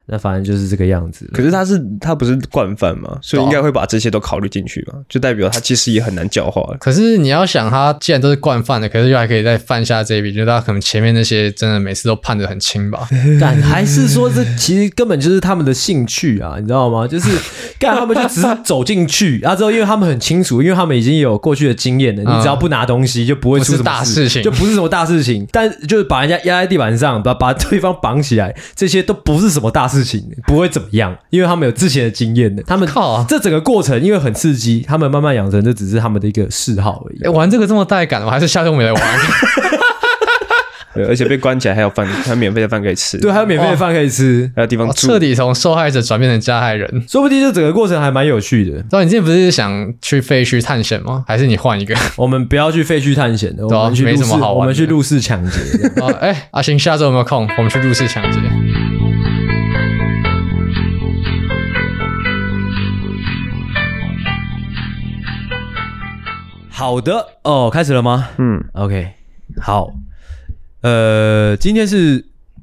那反正就是这个样子。 可是他不是惯犯嘛，所以应该会把这些都考虑进去嘛，就代表他其实也很难教化。 可是你要想，他既然都是惯犯的，可是又还可以再犯下这一笔，就他可能前面那些真的每次都判得很轻吧？ 但还是说这其实根本就是他们的兴趣啊，你知道吗？就是干他们就只是走进去，然后之后因为他们很清楚，因为他们已经有过去的经验了，你只要不拿东西就不会出什么大事情， 就不是什么大事情。但就是把人家压在地板上，把对方绑起来，这些都不是什么大事情，不会怎么样，因为他们有之前的经验的。他们这整个过程因为很刺激，他们慢慢养成，这只是他们的一个嗜好而已。 玩这个这么带感，我还是下次我们来玩。 对，而且被关起来还有饭，还有免费的饭可以吃。 对，还有免费的饭可以吃， 还有地方住， 彻底从受害者转变成加害人， 说不定这整个过程还蛮有趣的。 然后你之前不是想去废墟探险吗？还是你换一个？ 我们不要去废墟探险的，我们去没什么好玩的， 我们去入室抢劫。 阿星下周有没有空？我们去入室抢劫。 好的哦，开始了吗？OK， 好。今天是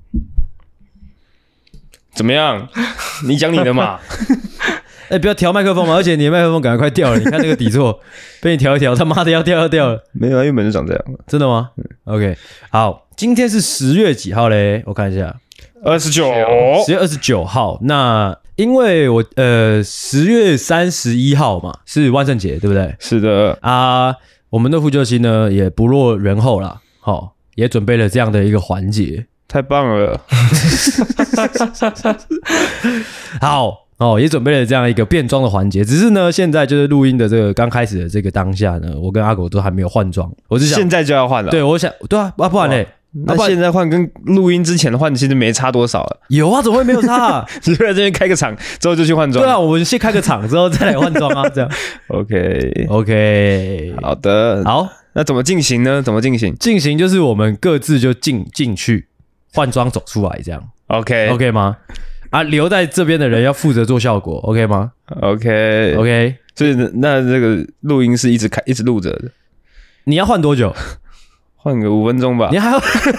怎么样？你讲你的嘛。 不要调麦克风嘛，而且你的麦克风感觉快掉了，你看那个底座被你调一调，他妈的要掉了。 没有啊，原本就长这样。 真的吗？OK， 好，今天是10月几号嘞？我看一下，10月29号。那因为我10月31号嘛是万圣节，对不对？ 是的啊，我们的呼救星呢也不落人后啦，也准备了这样的一个环节， 太棒了。 好也准备了这样一个变装的环节，只是呢现在就是录音的这个刚开始的这个当下呢，我跟阿狗都还没有换装，我是想现在就要换了。 对，我想对啊，不然嘞。 那现在换跟录音之前的换其实没差多少了。 有啊，怎么会没有差啊？ 只是在这边开个场之后就去换装。 对啊，我们先开个场之后再来换装啊，这样。OK， 好的， 好， 那怎么进行呢？ 进行就是我们各自就进去换装走出来这样。OK 吗？啊，留在这边的人要负责做效果 ，OK 吗 ？OK， 所以那这个录音是一直录着的。 你要换多久？ 换个5分钟吧。 你还要？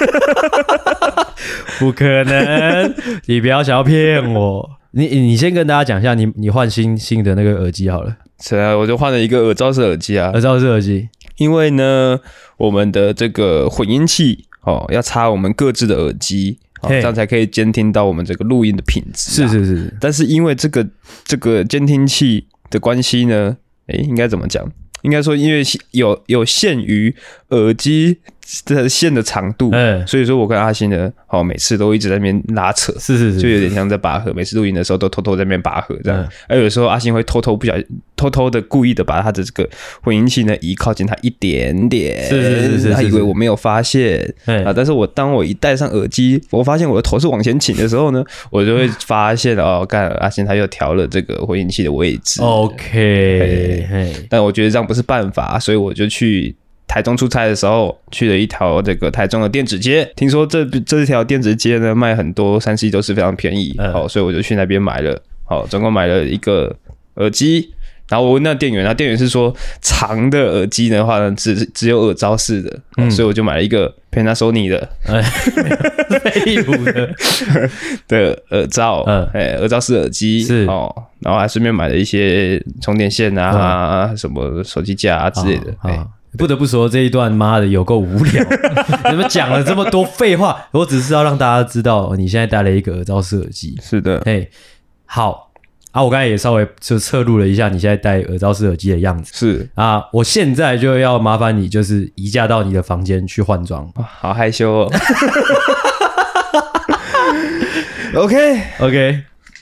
不可能！你不要想要骗我。你先跟大家讲一下，你换新的那个耳机好了。 是啊，我就换了一个耳罩式耳机啊。 耳罩式耳机， 因为呢，我们的这个混音器要插我们各自的耳机。这样才可以监听到我们这个录音的品质。 是。 但是因为这个监听器的关系呢，应该怎么讲？应该说因为有限于耳机的线的长度，所以说我跟阿星呢，每次都一直在那边拉扯， 是， 就有点像在拔河。每次录音的时候都偷偷在那边拔河这样，而有时候阿星会偷偷的故意的把他的这个混音器呢移靠近他一点点， 是， 他以为我没有发现但是当我一戴上耳机，我发现我的头是往前倾的时候呢，我就会发现阿星他又调了这个混音器的位置。 OK， 但我觉得这样不是办法，所以我就去台中出差的时候去了一条这个台中的电子街，听说这条电子街呢卖很多 3C 都是非常便宜，所以我就去那边买了，总共买了一个耳机。然后我问那店员，店员是说长的耳机的话呢，只有耳罩式的，所以我就买了一个 Panasonic 的， 废物的耳罩，耳罩式耳机是然后还顺便买了一些充电线啊，什么手机架啊之类的。 不得不说这一段妈的有够无聊，你们讲了这么多废话，我只是要让大家知道你现在戴了一个耳罩式耳机。 是的， 好。我刚才也稍微就侧录了一下你现在戴耳罩式耳机的样子。 是我现在就要麻烦你，就是移驾到你的房间去换装。 好害羞哦。OK，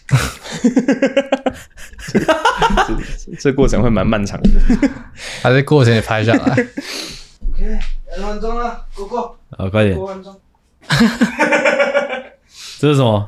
这过程会蛮漫长的， 还是过程也拍下来。 OK， 来换装了，过。 好，快点。 换装。 这是什么？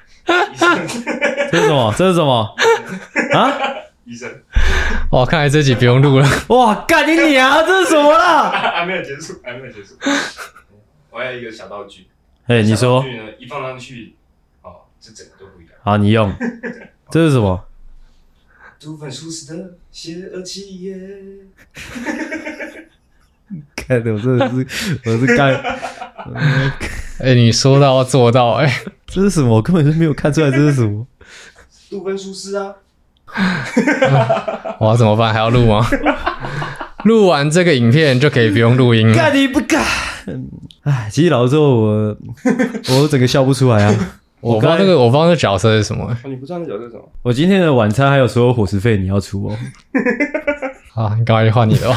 这是什么？啊？ 医生。 哇，看来这集不用录了。 哇，干你娘！这是什么啦？ 还没有结束。我还有一个小道具。 你说。 小道具呢，一放上去，这整个都不一样。 好，你用。这是什么？ 读本书时的邪恶企业。 看的我真的是，我是干。 你说到做到这是什么？我根本就没有看出来这是什么。 杜芬舒斯啊！ 我要怎么办？还要录吗？录完这个影片就可以不用录音了。 干你不干！哎，其实老实说，我整个笑不出来啊。 我不知道那角色是什么。 你不知道那角色是什么？ 我今天的晚餐还有所有伙食费你要出哦。 好，你赶快去换你的吧。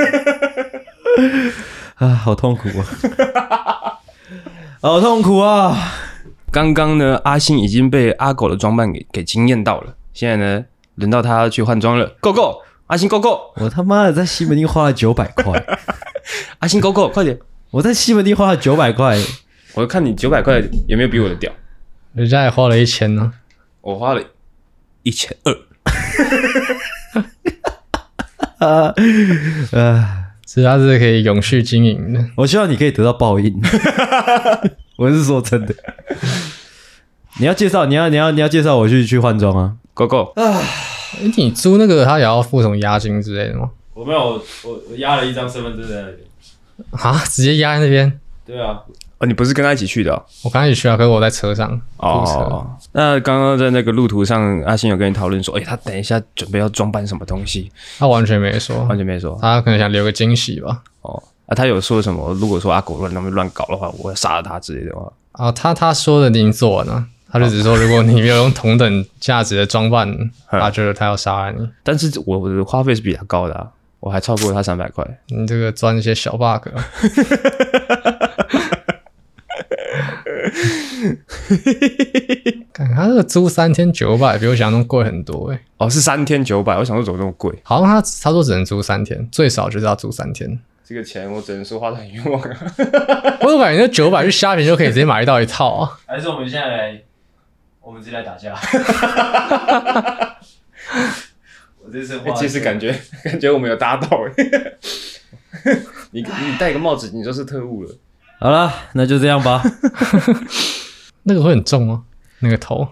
啊，好痛苦啊！好痛苦啊！ 刚刚呢，阿信已经被阿狗的装扮给惊艳到了，现在呢，轮到他要去换装了。Go Go， 阿信 Go Go！ 我他妈的在西门町花了900块， 阿信 Go Go， 快点！ 我在西门町花了900块， 我看你900块有没有比我的屌？ 人家也花了1000呢， 我花了1200。 是他是可以永续经营的。 我希望你可以得到报应。我是说真的。你要介绍我去换装啊 ，Go Go！ 你租那个他也要付什么押金之类的吗？ 我没有，我压了一张身份证在那边。 啊，直接压在那边？ 对啊。 哦，你不是跟他一起去的哦？ 我刚一起去啊，可是我在车上。 哦，那刚刚在那个路途上，阿信有跟你讨论说，他等一下准备要装扮什么东西？ 他完全没说， 完全没说。 他可能想留个惊喜吧。 哦，他有说什么？如果说阿狗乱搞的话，我会杀了他之类的话。 啊，他说的你已经做完了，他就只说如果你没有用同等价值的装扮，他觉得他要杀了你。 但是我的花费是比他高的啊，我还超过他300块。 你这个钻一些小 bug。看他这个租3天900，比我想象中贵很多哦，是3天900，我想说怎么这么贵？ 好像他说只能租3天，最少就是要租3天。 这个钱我只能说花得很冤枉啊！ 我感觉那900去虾皮就可以直接买到一套啊！ 还是我们现在来，我们直接来打架。我这次其实感觉我们有搭到你戴个帽子，你就是特务了。 好了，那就这样吧。 那个会很重吗？那个头？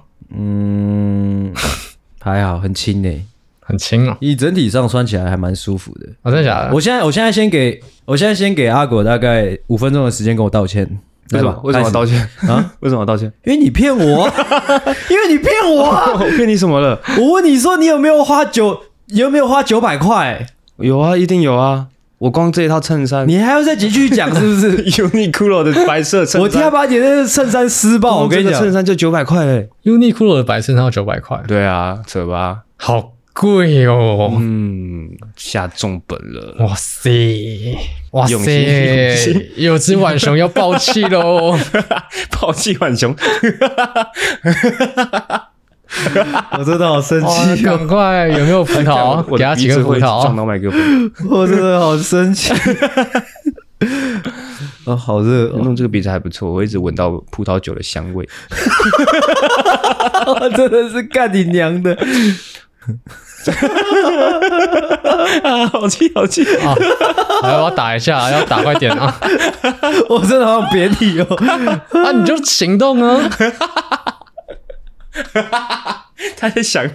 还好，很轻诶， 很轻哦。 以整体上穿起来还蛮舒服的。 真的假的？ 我现在先给阿狗大概5分钟的时间跟我道歉。 为什么道歉啊？为什么道歉？ 因为你骗我，因为你骗我啊！ 我骗你什么了？ 我问你说你有没有花900块？ 有啊，一定有啊。我光这一套衬衫， 你还要再继续讲是不是 ？Uniqlo 的白色衬衫， 我要把你的衬衫撕爆！我跟你讲， 衬衫就900块嘞。 Uniqlo 的白衬衫要900块？ 对啊，扯吧， 好贵哦。 下重本了。 哇塞，有只浣熊要爆气喽！ 爆气浣熊。 我真的好生气！ 赶快，有没有葡萄？给他几个葡萄。 撞到麦克风。 我真的好生气！哦，好热！ 弄这个鼻子还不错，我一直闻到葡萄酒的香味。 我真的是干你娘的！ 好气！ 啊！要打一下，要打快点啊！ 我真的好想扁你哦！ 啊，你就行动啊！ 他在想，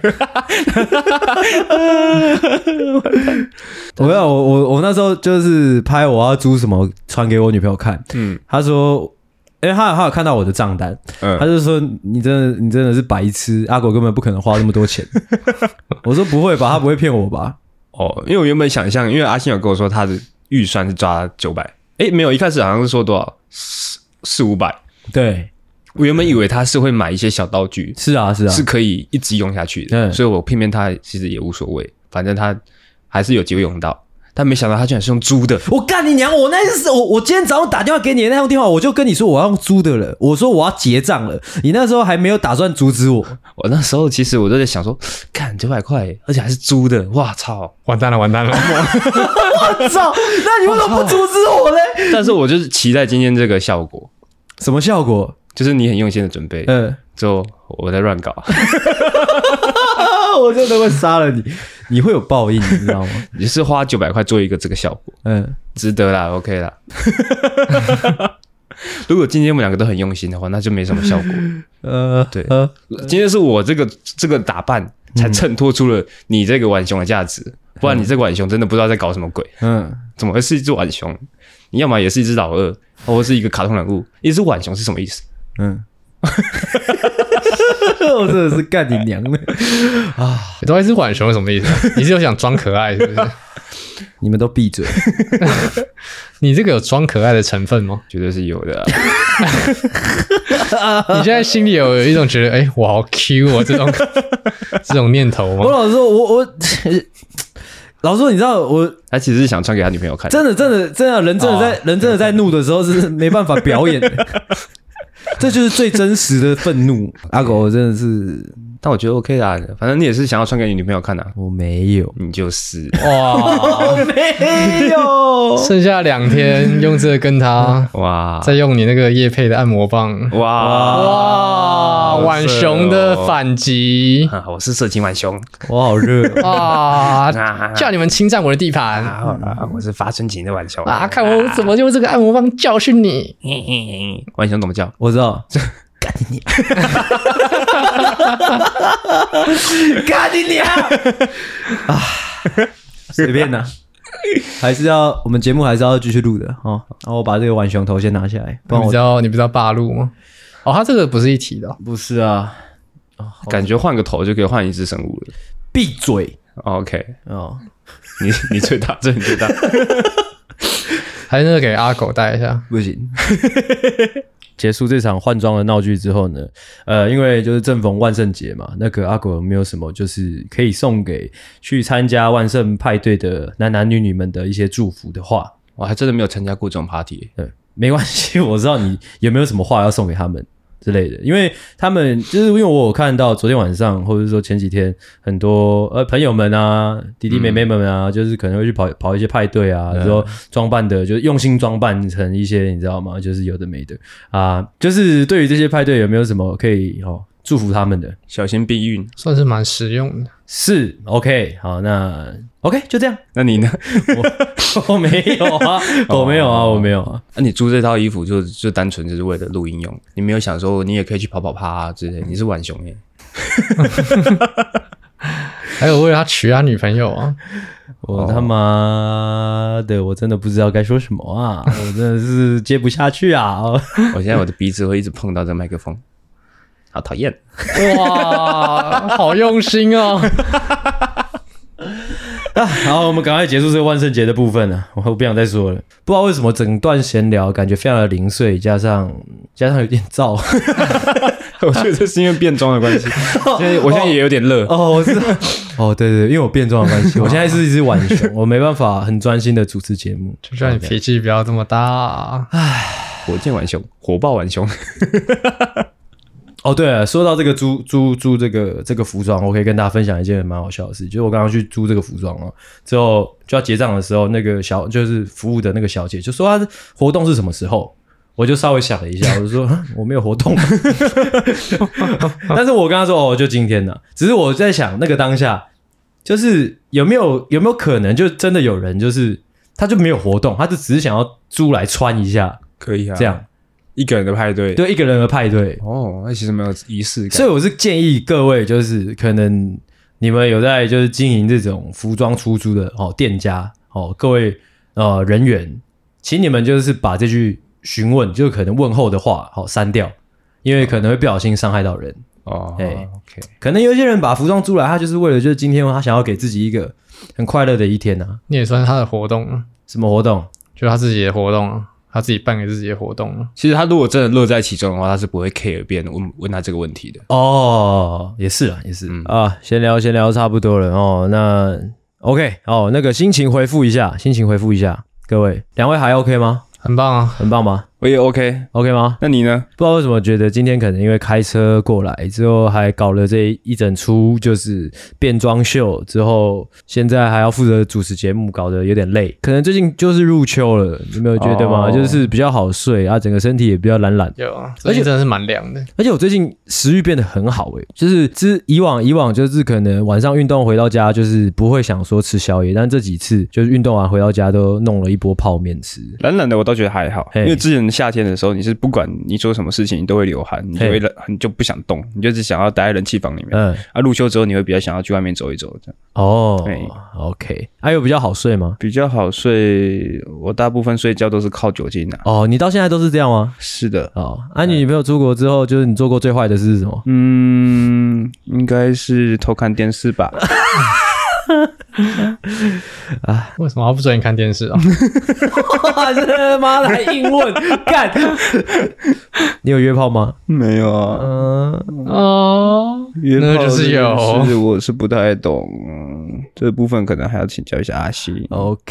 我那时候就是拍我要租什么传给我女朋友看，他说，他有看到我的账单，他就说你真的是白痴，阿狗根本不可能花那么多钱。我说不会吧，他不会骗我吧？ 哦，因为我原本想象，因为阿信有跟我说他的预算是抓900，没有，一开始好像是说多少400-500， 对。 我原本以为他是会买一些小道具， 是啊， 是可以一直用下去的，所以我骗他其实也无所谓，反正他还是有机会用到。但没想到他居然是用租的！ 我干你娘！我今天早上打电话给你的那通电话，我就跟你说我要用租的了，我说我要结账了，你那时候还没有打算阻止我。 我那时候其实我都在想说，干900块，而且还是租的，哇操！ 完蛋了！我操！那你为什么不阻止我嘞？ 但是我就是期待今天这个效果。 什么效果？ 就是你很用心的准备，之后我在乱搞， 我真的会杀了你，你会有报应，你知道吗？ 你是花900块做一个这个效果，值得啦 ，OK 啦。如果今天我们两个都很用心的话，那就没什么效果。对，今天是我这个打扮才衬托出了你这个浣熊的价值，不然你这个浣熊真的不知道在搞什么鬼。怎么会是一只浣熊？你要么也是一只老二， 或是一个卡通人物，一只浣熊是什么意思？ 我真的是干你娘的啊！都一只浣熊是什么意思？你是有想装可爱是不是？ 你们都闭嘴！ 你这个有装可爱的成分吗？ 绝对是有的你现在心里有一种觉得，我好 Q 哦这种念头吗？ 我老实说，我老实说，你知道他其实是想穿给他女朋友看。 真的，人真的在怒的时候是没办法表演的。这就是最真实的愤怒。阿狗真的是， 但我觉得 OK 啦，反正你也是想要穿给你女朋友看的。 我没有， 你就是哇， 我没有。 剩下2天用这个跟他哇， 再用你那个业配的按摩棒哇，浣熊的反击。 我是色情浣熊， 我好热啊！叫你们侵占我的地盘。 我是发深情的浣熊啊！看我怎么用这个按摩棒教训你。 浣熊怎么叫？ 我知道，干你娘！干你娘！啊，随便啦，我们节目还是要继续录的哦。然后我把这个浣熊头先拿下来，不然你不知道霸路吗？他这个不是一体的， 不是啊。 感觉换个头就可以换一只生物了。 闭嘴 ！OK， 你最大，这你最大。 还是那个给阿狗带一下， 不行。结束这场换装的闹剧之后呢，因为就是正逢万圣节嘛，那个阿狗有没有什么就是可以送给去参加万圣派对的男男女女们的一些祝福的话？ 我还真的没有参加过这种 party。 对，没关系，我知道你有没有什么话要送给他们之类的，因为他们就是因为我有看到昨天晚上或者说前几天很多朋友们啊弟弟妹妹们啊，就是可能会去跑一些派对啊，然后装扮的就是用心装扮成一些你知道吗，就是有的没的啊，就是对于这些派对有没有什么可以祝福他们的？ 小心避孕， 算是蛮实用的。 是 OK， 好，那 OK 就这样。 那你呢？ 我没有啊，我没有啊，我没有啊。 那你租这套衣服就单纯就是为了录音用，你没有想说你也可以去跑跑趴啊之类的？你是浣熊耶。 还有为了他娶他女朋友啊！ 我他妈的，我真的不知道该说什么啊！我真的是接不下去啊！ 我现在我的鼻子会一直碰到这麦克风。好讨厌！ 哇，好用心哦！ 好，我们赶快结束这个万圣节的部分了，我不想再说了。不知道为什么整段闲聊感觉非常的零碎，加上有点燥。 我觉得这是因为变装的关系。我现在也有点热。 我知道。对，因为我变装的关系，我现在是一只浣熊，我没办法很专心的主持节目。 就像你脾气不要这么大。 火箭浣熊，火爆浣熊。 对了，说到这个租这个服装，我可以跟大家分享一件蛮好笑的事，就是我刚刚去租这个服装之后就要结账的时候，那个就是服务的那个小姐就说她活动是什么时候，我就稍微想了一下，我就说我没有活动，但是我跟她说就今天呢，只是我在想那个当下，就是有没有可能就真的有人就是他就没有活动，他就只是想要租来穿一下， 可以啊， 这样。 一个人的派对， 对，一个人的派对那其实没有仪式感， 所以我是建议各位，就是可能你们有在就是经营这种服装出租的店家各位人员，请你们就是把这句询问就可能问候的话删掉，因为可能会不小心伤害到人 OK， 可能有些人把服装租来，他就是为了就是今天他想要给自己一个很快乐的一天啊。 你也算是他的活动啊？ 什么活动？ 就是他自己的活动啊。他自己办给自己的活动了。 其实他如果真的乐在其中的话，他是不会 care 别人问他这个问题的。 也是啊，也是啊。闲聊差不多了那 OK 那个心情回复一下，各位两位还 OK 吗？ 很棒啊， 很棒吗？ 我也 OK 吗？ 那你呢？ 不知道为什么觉得今天可能因为开车过来之后，还搞了这一整出就是变装秀，之后现在还要负责主持节目，搞得有点累。可能最近就是入秋了，有没有觉得吗？就是比较好睡啊，整个身体也比较懒懒。 有啊，而且真的是蛮凉的。 而且我最近食欲变得很好就是以往就是可能晚上运动回到家就是不会想说吃宵夜，但这几次就是运动完回到家都弄了一波泡面吃。 懒懒的我倒觉得还好，因为之前夏天的时候，你是不管你做什么事情，你都会流汗，你就不想动，你就只想要待在冷气房里面。入秋之后，你会比较想要去外面走一走，这样。 哦，OK，有比较好睡吗？ 比较好睡，我大部分睡觉都是靠酒精啊。 哦，你到现在都是这样吗？ 是的。 你女朋友出国之后，就是你做过最坏的事是什么？ 应该是偷看电视吧。 为什么他不准你看电视啊？ 这妈的还硬问干？你有约炮吗？ 没有啊。约炮那就是有， 我是不太懂，这部分可能还要请教一下阿西。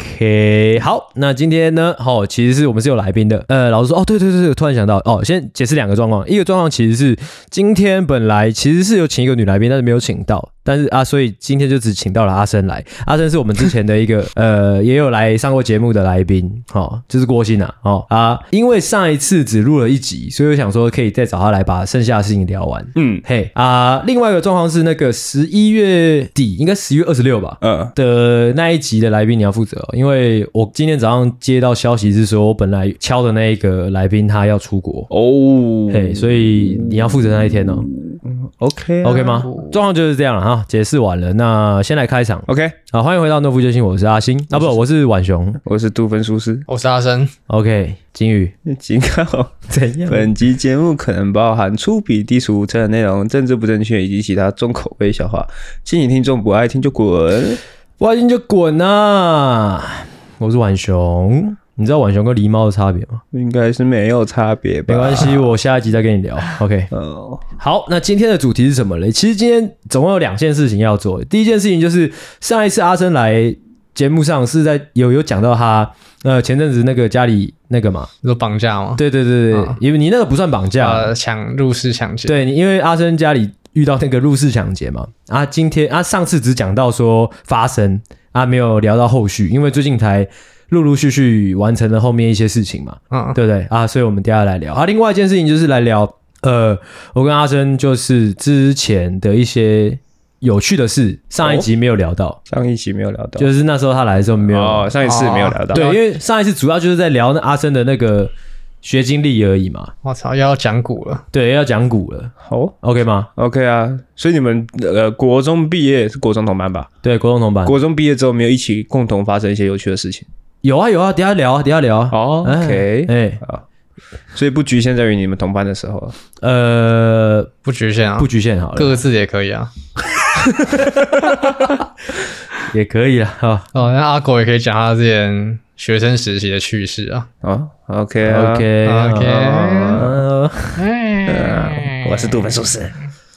OK， 好，那今天呢，其实是我们是有来宾的。老师说，对，我突然想到，先解释2个状况。一个状况其实是今天本来其实是有请一个女来宾，但是没有请到。但是所以今天就只请到了阿生来。阿生是我们之前的一个也有来上过节目的来宾，就是郭鑫啊。因为上一次只录了1集，所以我想说可以再找他来把剩下的事情聊完。另外一个状况是那个11月底，应该10月26吧，的那一集的来宾你要负责，因为我今天早上接到消息是说我本来敲的那一个来宾他要出国所以你要负责那一天哦。OK 吗？状况就是这样了哈，解释完了，那先来开场。 OK， 好，欢迎回到诺夫救星，我是阿星不，我是婉雄， 我是杜芬舒斯， 我是阿生。 OK， 金宇， 警告， 怎样？ 本集节目可能包含粗鄙、低俗、无称的内容、政治不正确以及其他重口味笑话，敬请听众不爱听就滚， 不爱听就滚啊！我是婉雄。你知道浣熊跟狸猫的差别吗？ 应该是没有差别吧。 没关系，我下一集再跟你聊。OK， 好，那今天的主题是什么嘞？其实今天总共有2件事情要做。第一件事情就是上一次阿生来节目上是在有讲到他前阵子那个家里那个嘛， 说绑架吗？ 对，因为你那个不算绑架， 入室抢劫。 对，因为阿生家里遇到那个入室抢劫嘛。今天上次只讲到说发生没有聊到后续，因为最近才陆陆续续完成了后面一些事情嘛，对不对所以我们等一下来聊另外一件事情就是来聊我跟阿生就是之前的一些有趣的事，上一集没有聊到，就是那时候他来的时候没有上一次没有聊到， 对，因为上一次主要就是在聊那阿生的那个学经历而已嘛。 我操，要讲古了， 对，要讲古了。 好 ，OK 吗 ？OK 啊，所以你们国中毕业是国中同班吧？ 对，国中同班。 国中毕业之后没有一起共同发生一些有趣的事情？ 有啊，等一下聊啊。 OK， 好，所以不局限在于你们同班的时候， 不局限啊， 不局限好了， 各自也可以啊， 也可以啦。 那阿狗也可以讲他之前学生时期的趣事啊。 OK， 我是杜芬舒斯。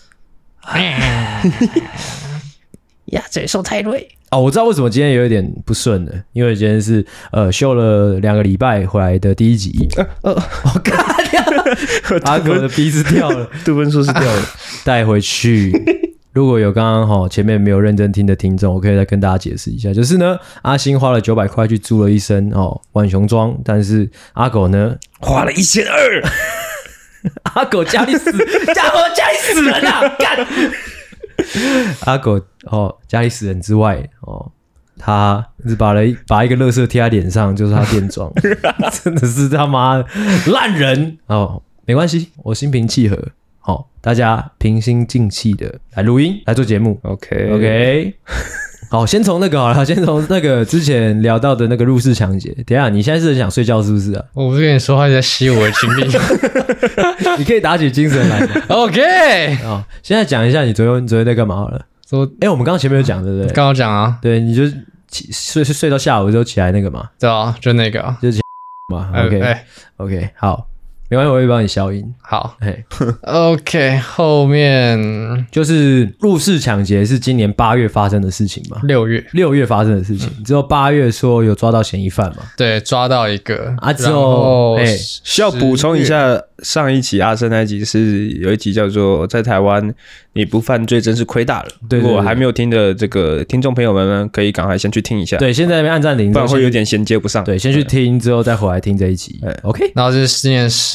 鸭嘴兽太锐我知道为什么今天有一点不顺了，因为今天是休了2个礼拜回来的第一集。我干阿狗的鼻子掉了， 杜芬舒斯掉了， 带回去。如果有刚刚前面没有认真听的听众，我可以再跟大家解释一下，就是呢，阿星花了900块去租了一身浣熊装，但是阿狗呢花了1200。 阿狗家里死人啊！干！阿狗家里死人之外他是把一个垃圾贴在脸上，就是他变装，真的是他妈烂人没关系，我心平气和。大家平心静气的来录音来做节目。OK， 好，先从那个之前聊到的那个入室抢劫。等一下，你现在是很想睡觉是不是啊？ 我不是跟你说他在吸我的精力， 你可以打起精神来。 OK， 现在讲一下你昨天在干嘛好了。我们刚刚前面有讲对不对？ 刚刚讲啊， 对，你就睡到下午之后起来那个嘛。 对啊，就那个就是嘛。OK， 好。没关系，我会帮你消音。 好，OK， 后面就是入室抢劫是今年8月发生的事情嘛？6月发生的事情，之后8月说有抓到嫌疑犯嘛？ 对，抓到一个之后需要补充一下，上一集阿生那一集是有一集叫做在台湾你不犯罪真是亏大了。 对， 如果还没有听的这个听众朋友们可以赶快先去听一下。 对，现在那边按暂停， 不然会有点衔接不上。 对，先去听之后再回来听这一集。OK， 然后是今年10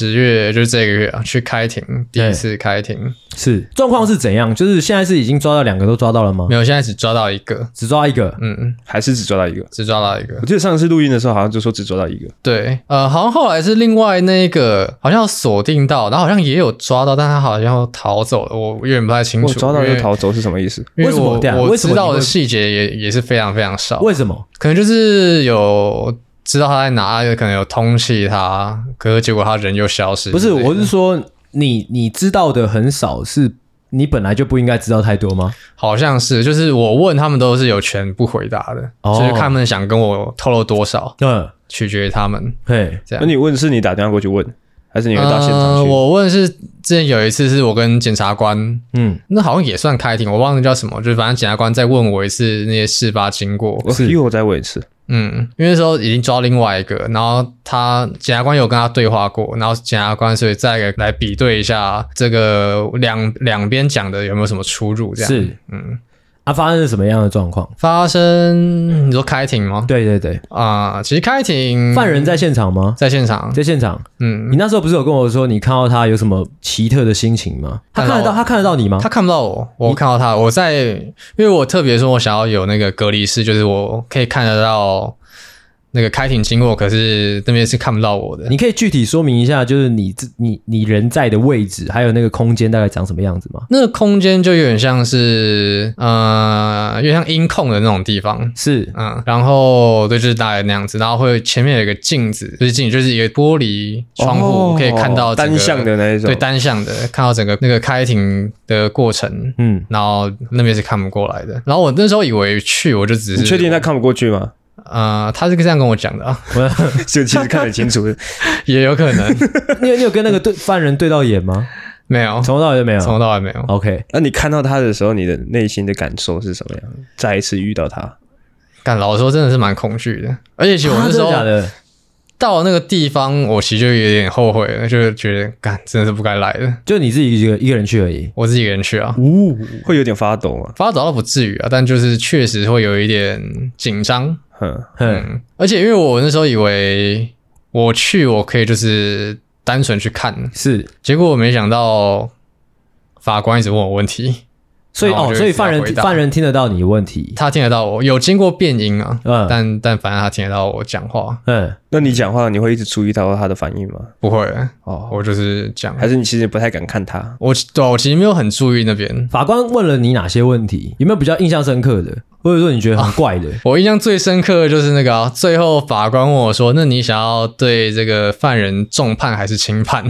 10月就是这个月啊，去开庭，第一次开庭。 是状况是怎样？就是现在是已经抓到2个都抓到了吗？ 没有，现在只抓到1个， 只抓1个， 还是只抓到1个？ 只抓到1个。 我记得上次录音的时候好像就说只抓到1个。 对，好像后来是另外那个好像锁定到，然后好像也有抓到，但他好像逃走了，我有点不太清楚。 抓到又逃走是什么意思？ 为什么？我知道的细节也是非常非常少。 为什么？ 可能就是有知道他在哪，可能有通缉他，可是结果他人又消失。 不是，我是说你知道的很少，是你本来就不应该知道太多吗？ 好像是，就是我问他们都是有权不回答的，就是看他们想跟我透露多少，取决于他们。 嘿， 这样。 那你问是你打电话过去问，还是你会到现场去？ 我问是之前有一次是我跟检察官，那好像也算开庭，我忘了叫什么，就是反正检察官再问我一次那些事发经过， 又再问一次。 因为那时候已经抓另外一个，然后检察官有跟他对话过，然后检察官所以再来比对一下这个两边讲的有没有什么出入，这样是发生了什么样的状况？ 发生你说开庭吗？ 对对对其实开庭犯人在现场吗？ 在现场， 在现场。你那时候不是有跟我说你看到他有什么奇特的心情吗？他看得到你吗？ 他看不到我，我看到他。因为我特别说我想要有那个隔离室，就是我可以看得到那个开庭经过，可是那边是看不到我的。 你可以具体说明一下，就是你人在的位置，还有那个空间大概长什么样子吗？ 那个空间就有点像是有点像音控的那种地方， 是然后对，就是大概那样子，然后会前面有一个镜子，不是镜子，就是一个玻璃窗户，可以看到单向的那一种， 对，单向的看到整个那个开庭的过程，然后那边是看不过来的。然后我那时候以为我就只是， 你确定他看不过去吗？ 他是这样跟我讲的啊， 就其实看得清楚也有可能。 你有跟那个犯人对到眼吗？ 没有， 从头到尾就没有， 从头到尾没有。 OK， 那你看到他的时候，你的内心的感受是什么样？再一次遇到他， 老实说真的是蛮恐惧的，而且其实我那时候到了那个地方，我其实就有点后悔了，就觉得真的是不该来的。 就你自己一个人去而已， 我自己一个人去啊， 会有点发抖吗？ 发抖倒不至于啊，但就是确实会有一点紧张。而且因为我那时候以为我可以就是单纯去看， 是， 结果我没想到法官一直问我问题。 所以犯人听得到你的问题， 他听得到我，有经过变音啊，但反正他听得到我讲话。 那你讲话你会一直注意到他的反应吗？ 不会我就是讲， 还是你其实不太敢看他？ 我其实没有很注意那边。 法官问了你哪些问题？有没有比较印象深刻的，或者说你觉得很怪的？ 我印象最深刻的就是那个最后法官问我说：“那你想要对这个犯人重判还是轻判？”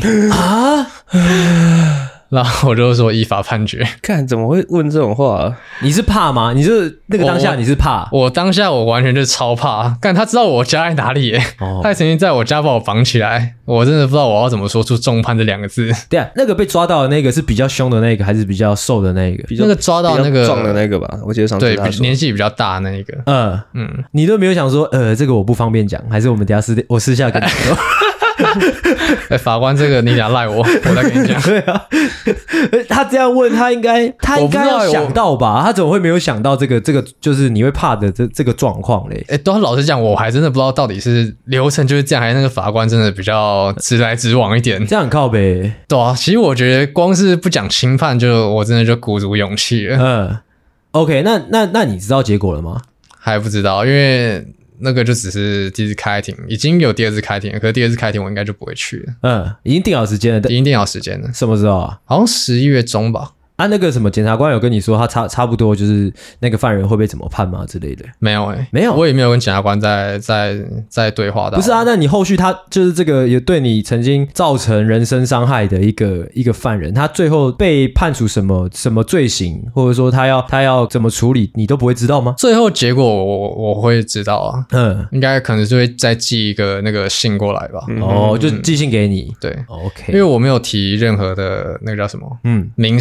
然后我就说依法判决。 看怎么会问这种话啊？ 你是怕吗？你是那个当下你是怕？ 我当下我完全就是超怕。他知道我家在哪里耶，他曾经在我家把我绑起来，我真的不知道我要怎么说出重判这2个字。 对啊，那个被抓到的那个是比较凶的那个，还是比较瘦的那个？ 那个抓到那个壮的那个吧，我记得上次对年纪比较大的那一个。 你都没有想说这个我不方便讲，还是我们等一下我私下跟你说。 法官，这个你俩赖我再跟你讲。 对啊，他这样问，他应该要想到吧？他怎么会没有想到这个就是你会怕的这个状况嘞？ 老实讲，我还真的不知道到底是流程就是这样，还是那个法官真的比较直来直往一点， 这样很靠北。 对啊，其实我觉得光是不讲轻判，我真的就鼓足勇气了。 OK， 那你知道结果了吗？ 还不知道，因为那个就只是第一次开庭，已经有第2次开庭了，可是第2次开庭我应该就不会去了。 已经定好时间了， 已经定好时间了。 什么时候啊？好像11月中吧。 那个什么检察官有跟你说他差不多就是那个犯人会被怎么判吗之类的？ 没有没有， 我也没有跟检察官在对话的。 不是啊，那你后续他就是这个也对你曾经造成人身伤害的一个犯人，他最后被判处什么罪行，或者说他要怎么处理，你都不会知道吗？ 最后结果我会知道啊，应该可能就会再寄一个那个信过来吧。 就寄信给你。 对 ，OK， 因为我没有提任何的那个叫什么民事。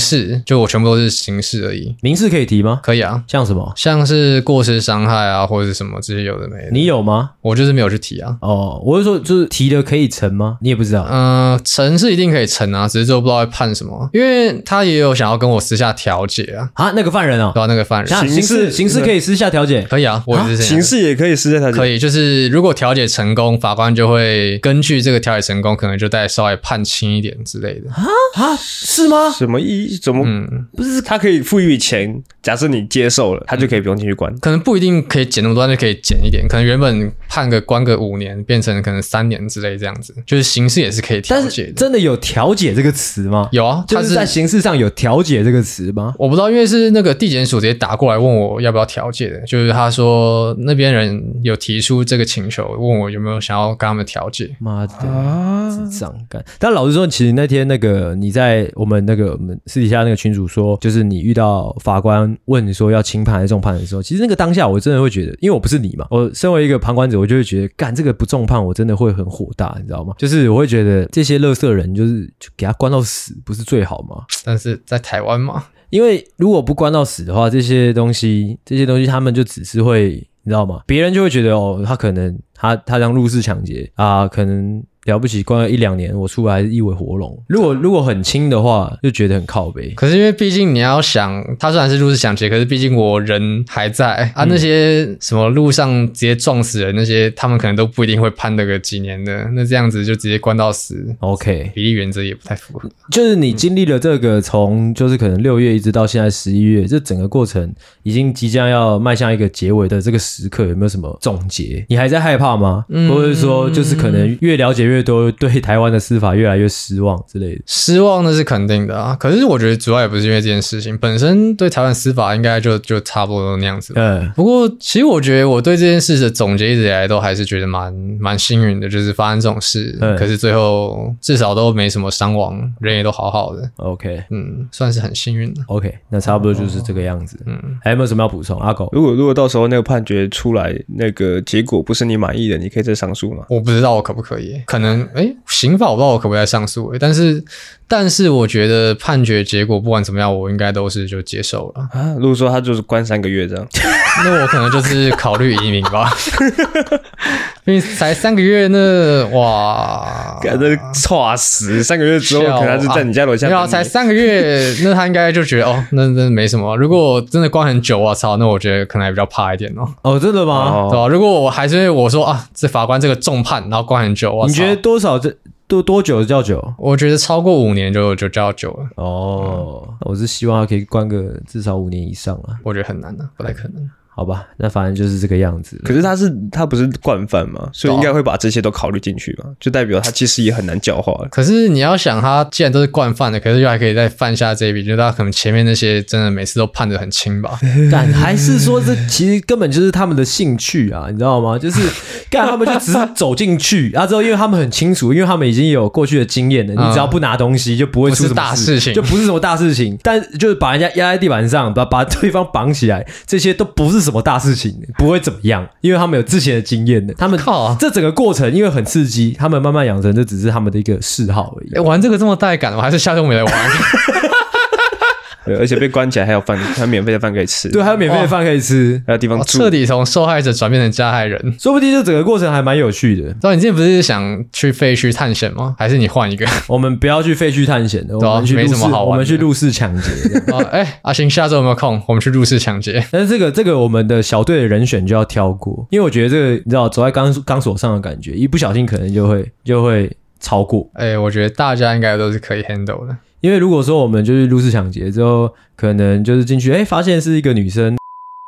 就我全部都是刑事而已。 民事可以提吗？ 可以啊。 像什么？ 像是过失伤害啊，或者是什么这些有的没的。 你有吗？ 我就是没有去提啊。 哦，我是说就是提的可以成吗？你也不知道。 成是一定可以成啊，只是就不知道会判什么，因为他也有想要跟我私下调解啊。 啊，那个犯人啊， 对啊，那个犯人。 刑事可以私下调解？ 可以啊，我也是这样。 刑事也可以私下调解？ 可以，就是如果调解成功，法官就会根据这个调解成功，可能就再稍微判轻一点之类的。 啊，是吗？ 什么意义？怎么？不是他可以付一笔钱，假设你接受了，他就可以不用进去关。 可能不一定可以减那么多，就可以减一点。可能原本判个关个5年，变成可能3年之类这样子。就是刑事也是可以调解的。 真的有调解这个词吗？ 有啊， 就是在刑事上有调解这个词吗？ 我不知道，因为是那个地检署直接打过来问我要不要调解的，就是他说那边人有提出这个请求，问我有没有想要跟他们调解。 妈的，智障干！但老实说，其实那天那个你在我们私底下那个群组说，就是你遇到法官问你说要轻判还是重判的时候，其实那个当下我真的会觉得，因为我不是你嘛，我身为一个旁观者，我就会觉得干这个不重判，我真的会很火大，你知道吗？就是我会觉得这些垃圾人就给他关到死，不是最好吗？ 但是在台湾嘛， 因为如果不关到死的话，这些东西他们就只是会，你知道吗？别人就会觉得哦，他可能他这样入室抢劫啊，可能了不起关了1-2年，我出来一尾活龙。如果很轻的话，就觉得很靠北。 可是因为毕竟你要想，他虽然是入室抢劫，可是毕竟我人还在啊。那些什么路上直接撞死人那些，他们可能都不一定会判那个几年的。那这样子就直接关到死 ，OK， 比例原则也不太符合。 就是你经历了这个从就是可能6月一直到现在11月，这整个过程已经即将要迈向一个结尾的这个时刻，有没有什么总结？你还在害怕吗？或者说就是可能越了解越多，对台湾的司法越来越失望之类的？失望那是肯定的啊，可是我觉得主要也不是因为这件事情本身，对台湾司法应该就差不多那样子。不过其实我觉得我对这件事的总结一直以来都还是觉得蛮幸运的，就是发生这种事，可是最后至少都没什么伤亡，人也都好好的。 OK， 算是很幸运的。 OK， 那差不多就是这个样子。还有没有什么要补充？阿狗， 如果到时候那个判决出来，那个结果不是你满意的，你可以再上诉吗？ 我不知道我可不可以，可能刑法我不知道我可不可以再上诉，但是我觉得判决结果不管怎么样，我应该都是就接受了啊。如果说他就是关3个月这样， 那我可能就是考虑移民吧。因为才3个月，那哇， 感觉差死！3个月之后，可能他是在你家楼下。 没有，才3个月，那他应该就觉得哦，那没什么。如果真的关很久，我操，那我觉得可能还比较怕一点哦。 哦，真的吗？ 对吧？如果我还是我说啊，这法官这个重判，然后关很久， 你觉得多少多久叫久？ 我觉得超过5年就叫久了。 哦，我是希望他可以关个至少5年以上啊。 我觉得很难啊，不太可能。 好吧，那反正就是这个样子。 可是他不是惯犯嘛，所以应该会把这些都考虑进去嘛，就代表他其实也很难教化。 可是你要想，他既然都是惯犯的，可是又还可以再犯下这一笔，就他可能前面那些真的每次都判得很轻吧？ 但还是说这其实根本就是他们的兴趣啊，你知道吗？就是干他们就只是走进去，然后之后因为他们很清楚，因为他们已经有过去的经验了，你只要不拿东西就不会出什么大事情， 就不是什么大事情。但就是把人家压在地板上，把对方绑起来，这些都不是什么大事情。不会怎么样，因为他们有之前的经验的。他们这整个过程因为很刺激，他们慢慢养成，这只是他们的一个嗜好而已。 玩这个这么带感，我还是下次我们来玩。 对，而且被关起来还有饭，还有免费的饭可以吃。 对，还有免费的饭可以吃， 还有地方住。 彻底从受害者转变成加害人， 说不定这整个过程还蛮有趣的。 知道你之前不是想去废墟探险吗？还是你换一个？ 我们不要去废墟探险的，我们去入室抢劫。 阿星，下周有没有空？我们去入室抢劫。 但是这个我们的小队的人选就要挑过，因为我觉得这个你知道走在钢索上的感觉，一不小心可能就会超过。 我觉得大家应该都是可以 handle 的。 因为如果说我们就是入室抢劫之后，可能就是进去，发现是一个女生，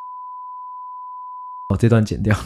这段剪掉。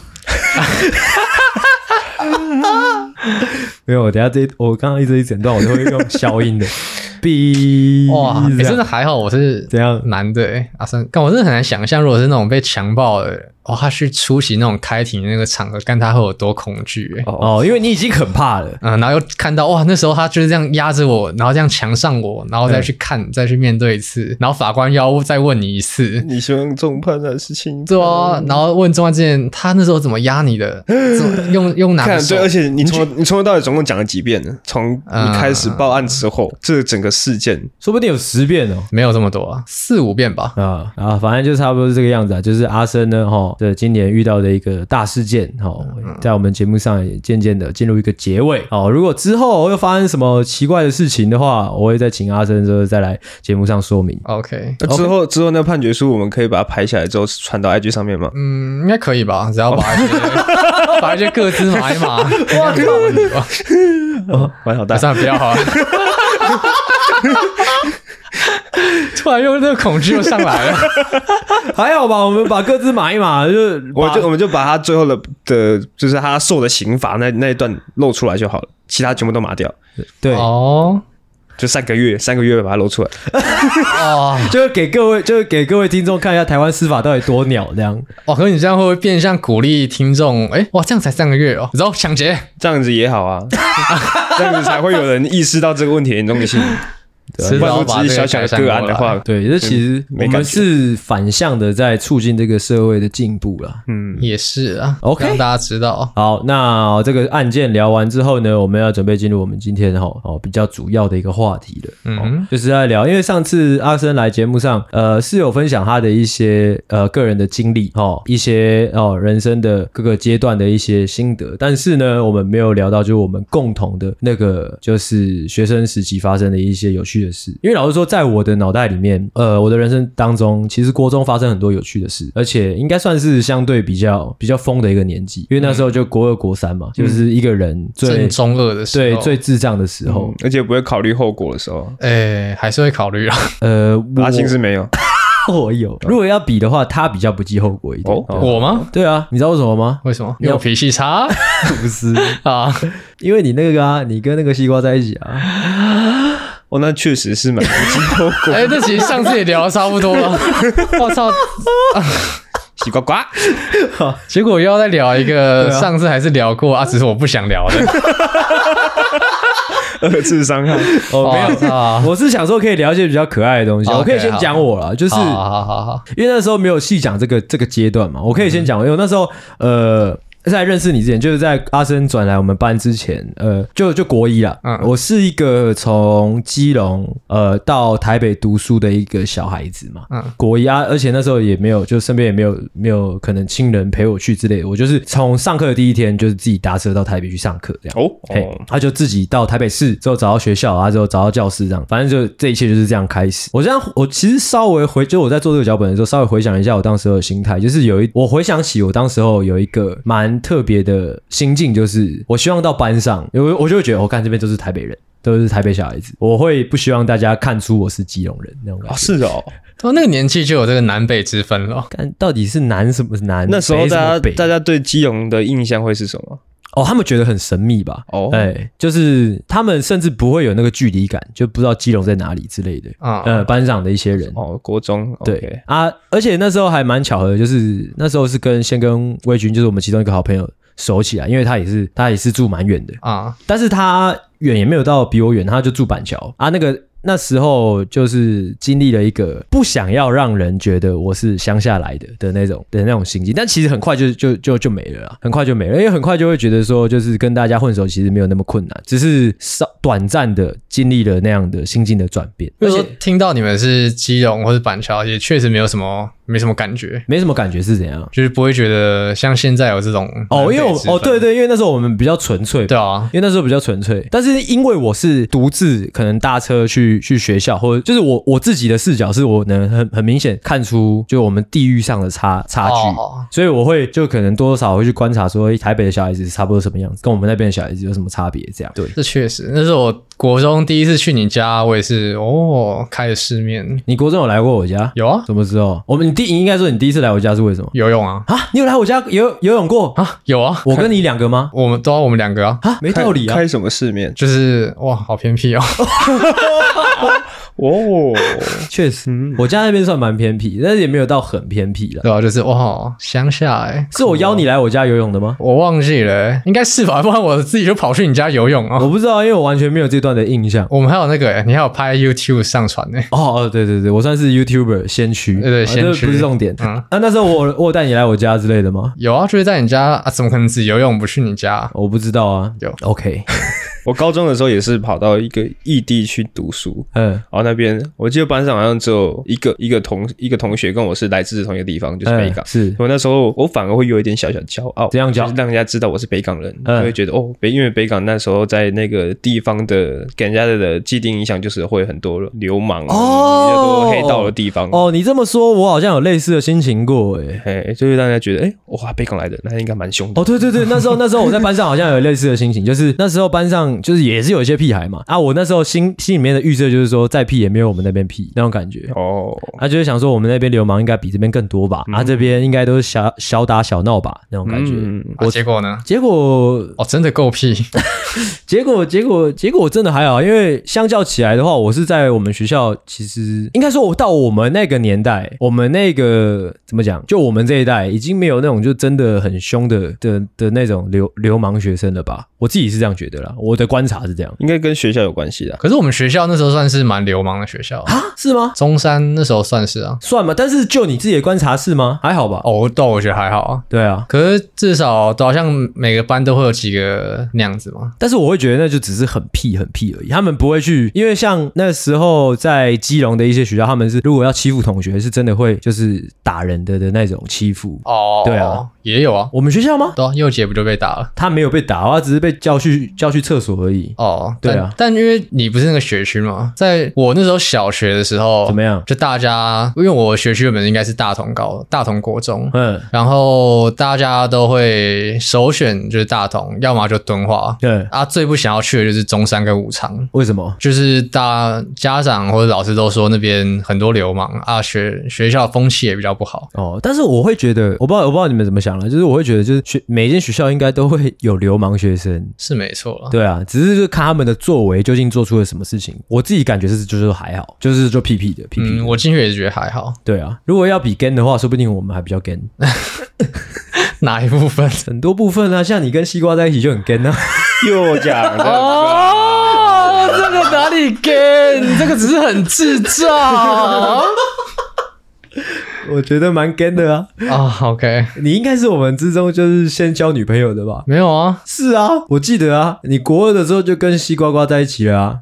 没有，我等一下我刚刚一整段我都会用消音的。 哇，真的还好，我是怎样男的阿三，但我真的很难想象，如果是那种被强暴的。他去出席那种开庭那个场合，看他会有多恐惧因为你已经很怕了， 然后又看到哇，那时候他就是这样压着我，然后这样强上我，然后再去看，再去面对一次，然后法官要再问你一次， 你希望重判还是轻判？ 对啊，然后问重判之前，他那时候怎么压你的？用哪个手？ 对，而且你从头到尾总共讲了几遍呢？从你开始报案之后，这整个事件， 说不定有10遍哦， 没有这么多啊，4、5遍吧。 反正就差不多是这个样子啊。就是阿生呢，这今年遇到的一个大事件，在我们节目上也渐渐的进入一个结尾。如果之后又发生什么奇怪的事情的话，我会再请阿生之后再来节目上说明。 OK， 之后那判决书我们可以把它拍下来之后传到 IG 上面吗？ 应该可以吧，只要把一些各自码一码，应该没有问题吧？ 玩好大， 算了，不要好了。突然又那个恐惧又上来了， 还好吧？我们把各自码一码， 我们就把他最后的就是他受的刑罚那一段露出来就好了，其他全部都码掉。 对哦，就3个月把它露出来。 就是给各位听众看一下台湾司法到底多鸟这样。 可是你这样会不会变相鼓励听众？这样才3个月哦，然后抢劫， 这样子也好啊，这样子才会有人意识到这个问题的严重性。 迟早把这个改善过来。 个案的话， 对，这其实我们是反向的在促进这个社会的进步啦。 也是啊。 OK， 让大家知道。 好，那这个案件聊完之后呢，我们要准备进入我们今天比较主要的一个话题了。就是在聊，因为上次阿生来节目上，是有分享他的一些个人的经历，一些人生的各个阶段的一些心得，但是呢，我们没有聊到就是我们共同的那个就是学生时期发生的一些有趣的事。因为老实说，在我的脑袋里面，我的人生当中，其实国中发生很多有趣的事，而且应该算是相对比较疯的一个年纪，因为那时候就国2、国3嘛，就是一个人最中二的时候， 对，最智障的时候， 而且不会考虑后果的时候， 还是会考虑啊。 阿青是没有。 我有，如果要比的话，他比较不计后果一点。 我吗？ 对啊，你知道为什么吗？ 为什么？因为我脾气差？ 不是啊，因为你那个啊，你跟那个西瓜在一起啊。 那确实是蛮不计后果。 这其实上次也聊得差不多了。我操！ 西瓜瓜， 结果又要再聊一个，上次还是聊过啊，只是我不想聊的。 2次伤害。 没有，我是想说可以聊一些比较可爱的东西。我可以先讲我啦，就是好， 因为那时候没有细讲这个阶段嘛，我可以先讲，因为那时候在认识你之前，就是在阿生转来我们班之前，就国1啦。我是一个从基隆到台北读书的一个小孩子嘛。国1啊，而且那时候也没有，就身边也没有可能亲人陪我去之类的。我就是从上课的第一天，就是自己搭车到台北去上课这样。他就自己到台北市之后找到学校，之后找到教室这样，反正就这一切就是这样开始。我其实稍微就我在做这个脚本的时候，稍微回想一下我当时候的心态，就是我回想起我当时候有一个蛮特别的心境，就是我希望到班上，我就会觉得我看这边都是台北人，都是台北小孩子，我会不希望大家看出我是基隆人那种感觉。 是哦， 那个年纪就有这个南北之分了。 到底是南什么南？ 那时候大家对基隆的印象会是什么？ 他们觉得很神秘吧？就是他们甚至不会有那个距离感，就不知道基隆在哪里之类的。班上的一些人， 国中对啊，而且那时候还蛮巧合的，就是那时候是先跟魏军，就是我们其中一个好朋友熟起来，因为他也是住蛮远的啊，但是他远也没有到比我远，他就住板桥啊。那时候就是经历了一个不想要让人觉得我是乡下来的那种心境，但其实很快就没了啦，很快就没了，因为很快就会觉得说，就是跟大家混熟其实没有那么困难，只是短暂的经历了那样的心境的转变。 而且听到你们是基隆或是板桥，也确实没什么感觉， 没什么感觉是怎样？ 就是不会觉得像现在有这种因为对，因为那时候我们比较纯粹， 对啊， 因为那时候比较纯粹，但是因为我是独自可能搭车去学校，或者就是我自己的视角是我能很明显看出就我们地域上的差距，所以我会就可能多多少少会去观察说台北的小孩子差不多什么样子，跟我们那边的小孩子有什么差别这样。对， 这确实，那是我国中第一次去你家，我也是开了世面。 你国中有来过我家？ 有啊。 什么时候？你应该说你第一次来我家是为什么？ 游泳啊！ 你有来我家游泳过啊？有啊。 我跟你2个吗？ 我们2个啊。 没道理啊！ 开什么世面？ 就是好偏僻哦。 确实，我家那边算蛮偏僻，但是也没有到很偏僻了。 对啊，就是乡下是我邀你来我家游泳的吗？ 我忘记了应该是吧，不然我自己就跑去你家游泳啊。 我不知道，因为我完全没有这段的印象。 我们还有你还有拍 YouTube 上传呢。 对，我算是 YouTuber 先驱， 对，先驱不是重点。那时候我带你来我家之类的吗？ 有啊，就是在你家啊，怎么可能只游泳不去你家？ 我不知道啊。 有 OK。 我高中的时候也是跑到一个异地去读书，然后那边我记得班上好像只有一个同学跟我是来自同一个地方，就是北港。 是我那时候我反而会有一点小骄傲， 这样讲就是让人家知道我是北港人，就会觉得因为北港那时候在那个地方的给人家的既定印象就是会很多流氓比较多黑道的地方。 你这么说，我好像有类似的心情过就是让人家觉得哇，北港来的那应该蛮凶的。 对，那时候我在班上好像有类似的心情，就是那时候班上就是也是有一些屁孩嘛我那时候心里面的预设就是说再屁也没有我们那边屁那种感觉就是想说我们那边流氓应该比这边更多吧这边应该都是小打小闹吧那种感觉结果呢？ 结果真的够屁结果真的还好，因为相较起来的话，我是在我们学校，其实应该说到我们那个年代，我们那个怎么讲，就我们这一代已经没有那种就真的很凶的那种流氓学生了吧，我自己是这样觉得啦，我的观察是这样， 应该跟学校有关系啦。 可是我们学校那时候算是蛮流氓的学校是吗？ 中山那时候算是算吗？但是就你自己的观察是吗？还好吧？ 我觉得还好对啊， 可是至少好像每个班都会有几个那样子嘛。 但是我会觉得那就只是很屁而已，他们不会去，因为像那时候在基隆的一些学校，他们是如果要欺负同学，是真的会就是打人的那种欺负对啊， 也有啊。 我们学校吗？ 对啊，佑杰不就被打了？ 他没有被打，他只是被叫去厕所而已。对啊， 但因为你不是那个学区嘛，在我那时候小学的时候怎么样？ 就大家因为我学区原本应该是大同国中，然后大家都会首选就是大同，要么就敦化。最不想要去的就是中山跟武昌。 为什么？ 就是家长或者老师都说那边很多流氓学校风气也比较不好。 但是我会觉得，我不知道你们怎么想了，就是我会觉得，就是每间学校应该都会有流氓学生， 是没错啦。 对啊，只是就看他们的作为究竟做出了什么事情。我自己感觉就是还好，就屁屁的。 我进去也是觉得还好。 对啊，如果要比 gan 的话，说不定我们还比较 gan。 哪一部分？ 很多部分啊，像你跟西瓜在一起就很 gan 啊。 又讲这个哪里 gan？ 你这个只是很智障。 我觉得蛮 gan 的 OK， 你应该是我们之中就是先交女朋友的吧？ 没有啊， 是啊，我记得啊，你国2的时候就跟西瓜瓜在一起了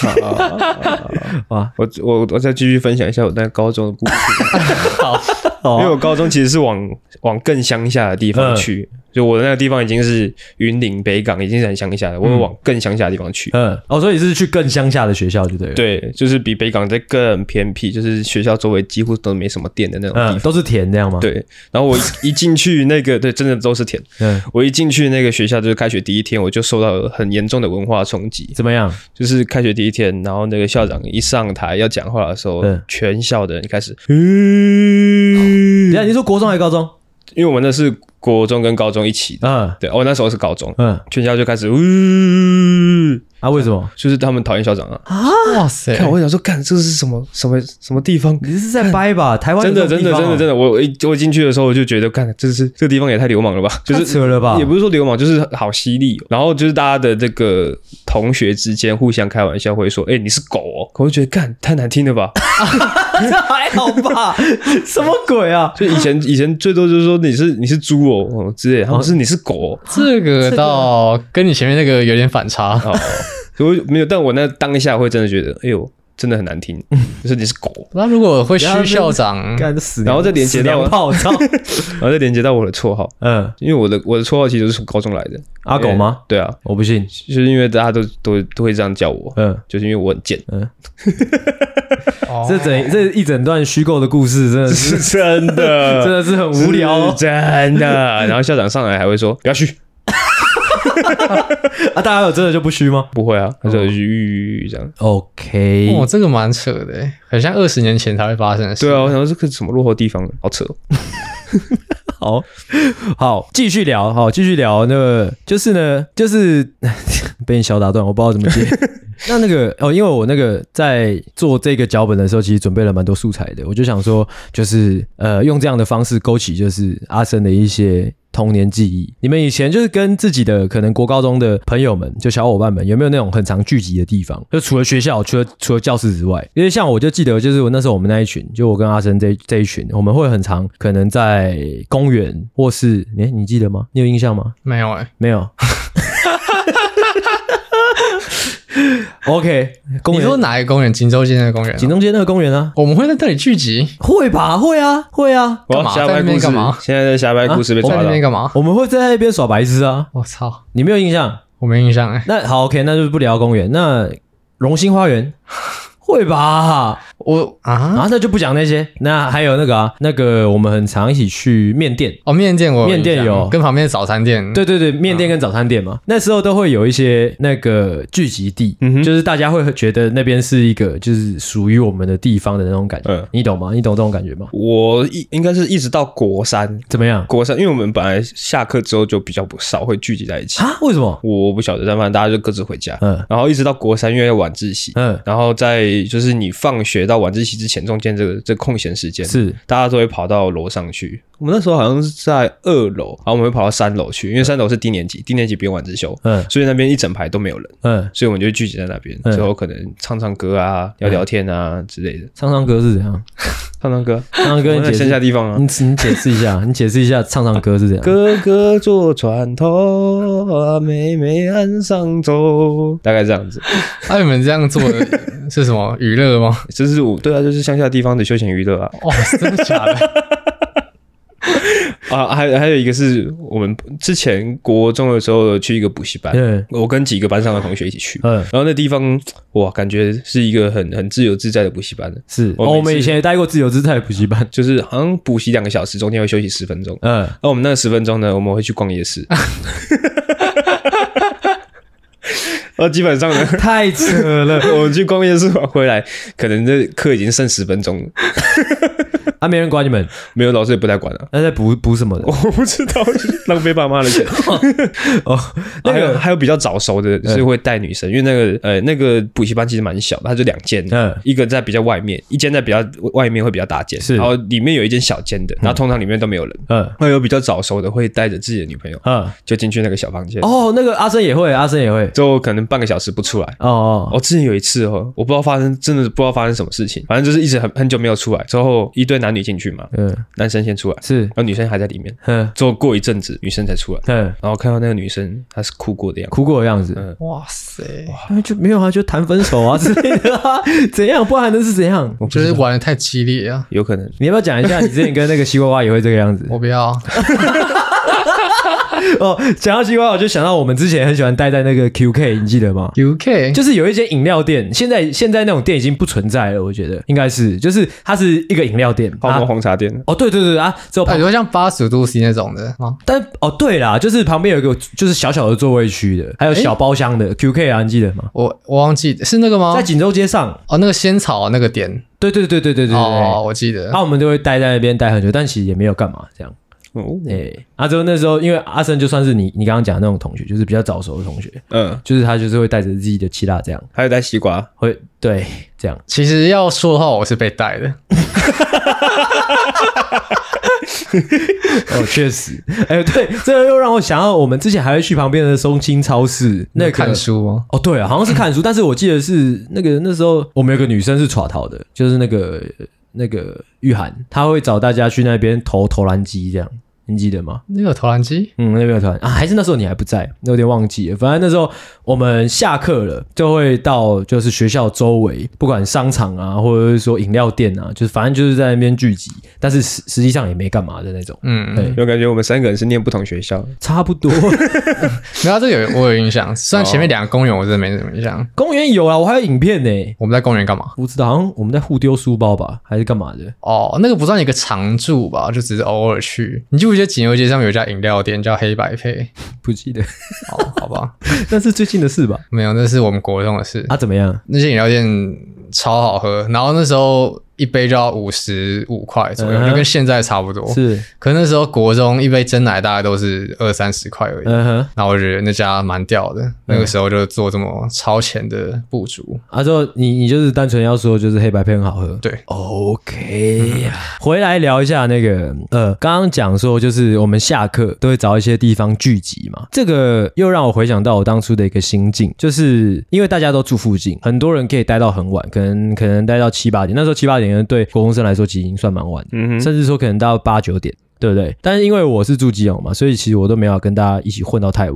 我再继续分享一下我在高中的故事。因为我高中其实是往更乡下的地方去。就我的那个地方已经是云林北港，已经是很乡下的，我会往更乡下的地方去。 所以是去更乡下的学校就对了。 对，就是比北港再更偏僻，就是学校周围几乎都没什么店的那种地方， 都是田这样吗？ 对。然后我一进去那个，对，真的都是田。我一进去那个学校，就是开学第一天，我就受到了很严重的文化冲击。 怎么样？ 就是开学第一天，然后那个校长一上台要讲话的时候，全校的人开始， 等一下你说国中还是高中？ 因为我们那是国中跟高中一起的，对，我那时候是高中，全校就开始为什么？ 就是他们讨厌校长啊！ 哇塞！ 看我想说，干这是什么地方？ 你是在掰吧？台湾真的，我一进去的时候我就觉得，干这个地方也太流氓了吧！就是扯了吧？ 也不是说流氓，就是好犀利。然后就是大家的这个同学之间互相开玩笑，会说：“你是狗哦！”我就觉得干太难听了吧？ 这还好吧？什么鬼啊？ 就以前最多就是说你是猪哦之类的，他们是你是狗哦。 这个倒跟你前面那个有点反差。 我没有，但我那当下会真的觉得，哎呦，真的很难听，就是你是狗。 那如果会虚校长， 然后再连接到然后再连接到我的绰号，因为我的绰号其实是从高中来的。 阿狗吗？ 对啊， 我不信， 就是因为大家都会这样叫我，就是因为我很贱。 这一整段虚构的故事真的是真的， 真的是很无聊， 真的。然后校长上来还会说不要虚。 大家有真的就不虚吗？ 不会啊，他说吁这样。 OK， 这个蛮扯的，很像20年前才会发生的事。 对啊，我想说这个什么落后地方，好扯。 好，继续聊。那个就是被你小打断，我不知道怎么接。那个因为我那个在做这个脚本的时候，其实准备了蛮多素材的，我就想说，就是用这样的方式勾起就是阿生的一些童年记忆。你们以前就是跟自己的可能国高中的朋友们，就小伙伴们，有没有那种很常聚集的地方？就除了学校，除了教室之外，因为像我就记得，就是我那时候我们那一群，就我跟阿生这一群，我们会很常可能在公园或是你记得吗？你有印象吗？ 没有没有。 OK， 公园你说哪一个公园？锦州街那个公园？ 锦州街那个公园啊？ 我们会在这里聚集？ 会吧？会啊，会啊。 干嘛？在那边干嘛？ 现在在瞎掰故事被抓到。 在那边干嘛？ 我们会在那边耍白痴啊！ 我操， 你没有印象？ 我没印象哎。 那好 ，OK， 那就不聊公园。那荣兴花园会吧？那就不讲那些。那还有那个我们很常一起去面店哦，面店有跟旁边的早餐店， 对，面店跟早餐店嘛，那时候都会有一些那个聚集地，就是大家会觉得那边是一个就是属于我们的地方的那种感觉，你懂吗？你懂这种感觉吗？ 我应该是一直到国三怎么样？ 国三，因为我们本来下课之后就比较不少会聚集在一起啊？为什么？ 我不晓得，但反正大家就各自回家，然后一直到国三，因为要晚自习，然后在就是你放学到晚自习之前中间这空闲时间，是大家都会跑到楼上去。我们那时候好像是在2楼，然后我们会跑到3楼去，因为3楼是低年级不用晚自修，所以那边一整排都没有人，所以我们就聚集在那边，之后可能唱唱歌啊、聊聊天啊之类的。 唱唱歌是怎样？ 唱歌， 你解释乡下地方啊， 你解释一下，唱唱歌是怎样？ 哥哥坐船头，妹妹岸上走，大概这样子。 你们这样做的是什么娱乐吗？ 对啊，就是乡下地方的休闲娱乐啊。 哦，真的假的？ 还有一个是我们之前国中的时候去一个补习班，我跟几个班上的同学一起去，然后那地方哇，感觉是一个很自由自在的补习班。 是，我们以前也待过自由自在的补习班， 就是好像补习2个小时，中间会休息10分钟。然后我们那个10分钟呢，我们会去逛夜市。基本上呢， 太扯了。 我们去逛夜市回来，可能这课已经剩10分钟了。 没人管你们， 没有，老师也不太管了。 那在补什么的？ 我不知道，浪费爸妈的钱。还有比较早熟的是会带女生，因为那个补习班其实蛮小的，它就2间，一个在比较外面，一间在比较外面会比较大间，然后里面有一间小间的，然后通常里面都没有人。那有比较早熟的会带着自己的女朋友，就进去那个小房间。 那个阿生也会， 就可能半个小时不出来。之前有一次我不知道真的不知道发生什么事情，反正就是一直很久没有出来，之后一堆男女进去嘛，男生先出来，是，然后女生还在里面，之后过一阵子女生才出来，然后看到那个女生她是哭过的样子， 哇塞， 就没有就谈分手啊之类的啊，怎样？不然还能是怎样？ 就是玩得太激烈啊， 有可能。 你要不要讲一下，你之前跟那个西瓜瓜也会这个样子？ 我不要。 讲到西瓜，我就想到我们之前很喜欢待在那个 QK， 你记得吗 ？QK 就是有一间饮料店，现在那种店已经不存在了，我觉得应该是，就是它是一个饮料店， 泡沫红茶店。 对啊，之后你说像85度 C 那种的吗？ 但对啦，就是旁边有一个就是小小的座位区的，还有小包厢的 QK 啊，你记得吗？ 我忘记是那个吗？ 在锦州街上那个仙草那个店。 对， 我记得。 我们都会待在那边待很久，但其实也没有干嘛这样。之后那时候因为阿生就算是你刚刚讲的那种同学，就是比较早熟的同学，就是他就是会带着自己的七辣这样， 还有带西瓜， 会对这样。 其实要说的话，我是被带的。 确实，对，这个又让我想到我们之前还会去旁边的松青超市看书吗？ 对啊，好像是看书，但是我记得是那时候我们有个女生是耍逃的，就是那个玉涵，她会找大家去那边投篮机这样。你记得吗？ 那个投篮机， 那边有投篮啊，还是那时候你还不在，有点忘记了。反正那时候我们下课了，就会到就是学校周围，不管商场啊，或者是说饮料店啊，就是反正就是在那边聚集，但是实际上也没干嘛的那种。 对，有感觉我们3个人是念不同学校， 差不多。 没有，这我有印象，虽然前面2个公园我真的没什么印象。 公园有啊，我还有影片呢。 我们在公园干嘛？ 不知道，好像我们在互丢书包吧，还是干嘛的？ 那个不算一个常驻吧，就只是偶尔去。你记不记得锦州街上面有一家饮料店叫黑白配？ 不记得。 好吧， 那是最近的事吧？ 没有，那是我们国中的事。 怎么样？ 那些饮料店超好喝，然后那时候一杯就要55块左右，就跟现在差不多。是，可那时候国中一杯珍奶大概都是20-30块而已。然后我觉得那家蛮屌的，那个时候就做这么超前的部署。 之后你就是单纯要说就是黑白配很好喝。 对 ，OK 回来聊一下那个刚刚讲说就是我们下课都会找一些地方聚集嘛，这个又让我回想到我当初的一个心境，就是因为大家都住附近，很多人可以待到很晚，可能待到7-8点，那时候7-8点对国中生来说其实已经算蛮晚的，甚至说可能到8-9点，对不对？但是因为我是住基隆嘛，所以其实我都没有跟大家一起混到太晚。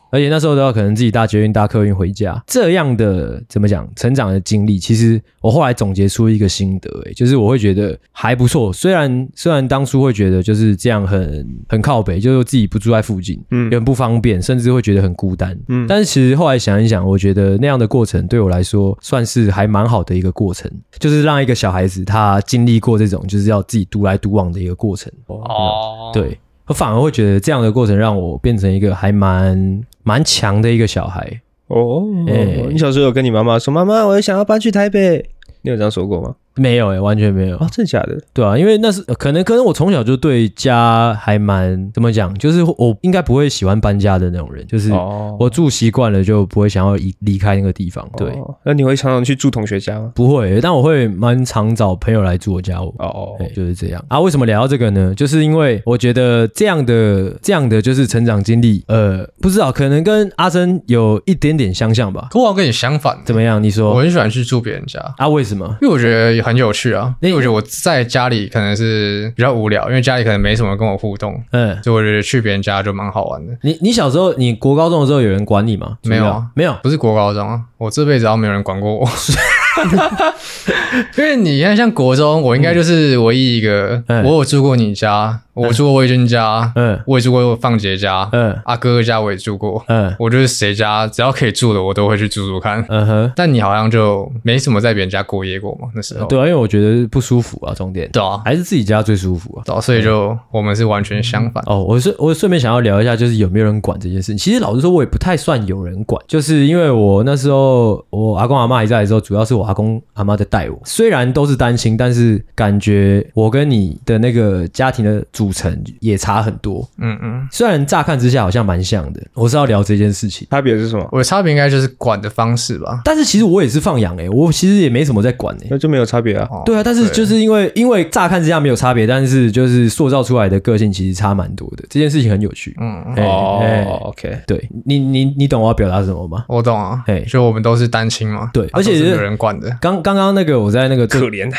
而且那时候都要可能自己搭捷运搭客运回家，这样的怎么讲成长的经历，其实我后来总结出一个心得，就是我会觉得还不错，虽然当初会觉得就是这样很靠北，就是自己不住在附近，也很不方便，甚至会觉得很孤单，但是其实后来想一想，我觉得那样的过程对我来说算是还蛮好的一个过程，就是让一个小孩子他经历过这种就是要自己独来独往的一个过程。对，我反而会觉得这样的过程让我变成一个还蛮强的一个小孩。 你小时候有跟你妈妈说，妈妈我想要搬去台北，你有这样说过吗？ 没有完全没有啊！ 真的假的？ 对啊，因为那是可能我从小就对家还蛮怎么讲，就是我应该不会喜欢搬家的那种人，就是我住习惯了就不会想要离开那个地方。对， 那你会常常去住同学家吗？ 不会，但我会蛮常找朋友来住我家。就是这样啊。为什么聊到这个呢？就是因为我觉得这样的就是成长经历，不知道可能跟阿珍有一点点相像吧。 可我好像跟你相反。 怎么样？你说？ 我很喜欢去住别人家啊？为什么？ 因为我觉得很有趣啊，因为我觉得我在家里可能是比较无聊，因为家里可能没什么跟我互动，所以我觉得去别人家就蛮好玩的。 你小时候，你国高中的时候有人管你吗？ 没有啊， 没有， 不是国高中啊，我这辈子好像没有人管过我。因为你看，像国中，我应该就是唯一一个，我有住过你家，我住过魏军家，我也住过放杰家，阿哥家我也住过，我就是谁家只要可以住的，我都会去住看。但你好像就没什么在别人家过夜过嘛，那时候。 对啊，因为我觉得不舒服啊，重点。 对啊， 还是自己家最舒服啊。 对啊，所以就我们是完全相反。 我顺便想要聊一下，就是有没有人管这件事情。其实老实说，我也不太算有人管，就是因为我那时候我阿公阿嬷还在的时候，主要是我阿公阿嬷在带我。虽然都是单亲，但是感觉我跟你的那个家庭的组成也差很多。虽然乍看之下好像蛮像的，我是要聊这件事情。 差别是什么？ 我的差别应该就是管的方式吧。 但是其实我也是放养我其实也没什么在管那就没有差别啊。 对啊，但是就是因为乍看之下没有差别，但是就是塑造出来的个性其实差蛮多的。这件事情很有趣。 OK， 对，你懂我要表达什么吗？ 我懂啊。就我们都是单亲嘛。 对，而且是有人管的。 刚刚那个我在那个可怜。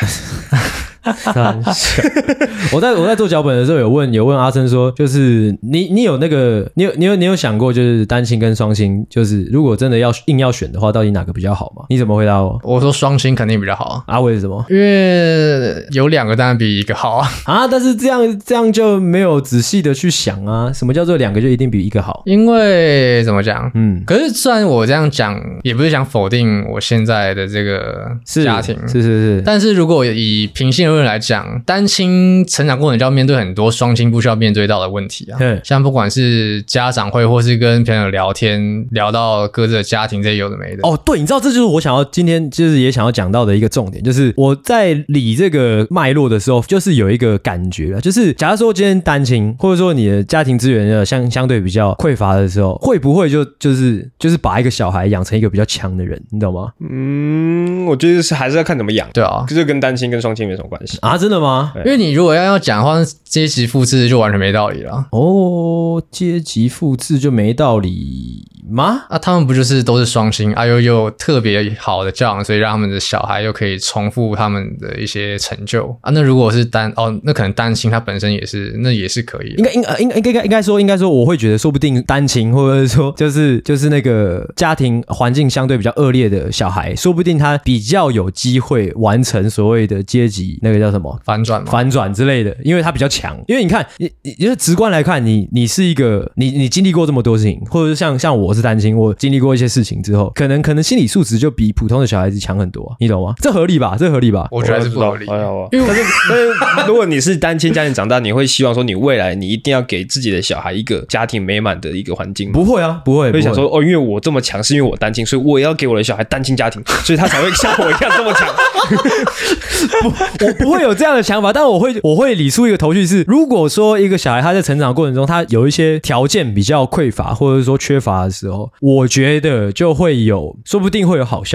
我在做脚本的时候有问阿生说，就是你有那个你有想过就是单亲跟双亲，就是如果真的硬要选的话，到底哪个比较好吗？你怎么回答我？ 我说双亲肯定比较好啊。为什么？ 因为有两个当然比一个好啊。 但是这样就没有仔细的去想啊，什么叫做两个就一定比一个好？ 因为怎么讲？可是虽然我这样讲，也不是想否定我现在的这个家庭， 是， 但是如果以平心来讲，单亲成长过程就要面对很多双亲不需要面对到的问题啊。像不管是家长会，或是跟朋友聊天聊到各自的家庭，这些有的没的。 对，你知道这就是我想要今天就是也想要讲到的一个重点，就是我在理这个脉络的时候，就是有一个感觉了，就是假如说今天单亲，或者说你的家庭资源相对比较匮乏的时候，会不会就是把一个小孩养成一个比较强的人，你懂吗？ 我觉得还是要看怎么养。 对啊， 就是跟单亲跟双亲没什么关系。 真的吗？ 因为你如果要讲的话，阶级复制就完全没道理了。 阶级复制就没道理吗？ 他们不就是都是双亲又特别好的教养，所以让他们的小孩又可以重复他们的一些成就那如果是那可能单亲他本身也是可以的。 应该说，我会觉得说不定单亲，或者说就是那个家庭环境相对比较恶劣的小孩，说不定他比较有机会完成所谓的阶级那个叫什么反转之类的，因为他比较强。因为你看，你就直观来看，你是一个你经历过这么多事情，或者是像我是单亲，我经历过一些事情之后，可能心理素质就比普通的小孩子强很多你懂吗？这合理吧？ 我觉得是不合理。 因为可是如果你是单亲家庭长大，你会希望说你未来你一定要给自己的小孩一个家庭美满的一个环境吗？ 不会啊，不会。 会想说因为我这么强，是因为我单亲，所以我也要给我的小孩单亲家庭，所以他才会像我一样这么强。 我不会有这样的想法，但我会理出一个头绪是，如果说一个小孩他在成长的过程中，他有一些条件比较匮乏，或者说缺乏的时候，我觉得就会说不定会有好效果。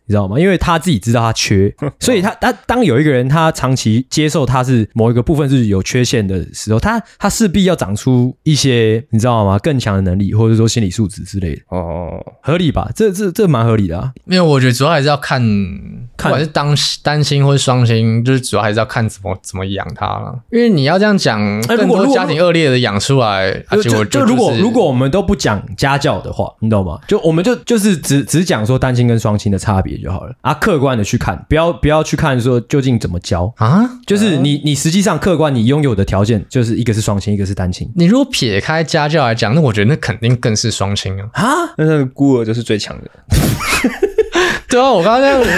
你知道吗？因为他自己知道他缺，所以他当有一个人他长期接受他是某一个部分是有缺陷的时候，他势必要长出一些你知道吗？更强的能力，或者说心理素质之类的。合理吧？这蛮合理的啊。 因为我觉得主要还是要看不管是单亲或是双亲，就是主要还是要看怎么养他了。因为你要这样讲，更多家庭恶劣的养出来， 就如果我们都不讲家教的话，你懂吗？就我们就是只讲说单亲跟双亲的差别就好了啊，客观的去看，不要去看说究竟怎么教啊，就是你实际上客观你拥有的条件就是一个是双亲，一个是单亲。 你如果撇开家教来讲，那我觉得那肯定更是双亲啊。 那个孤儿就是最强的。 对啊，我刚刚这样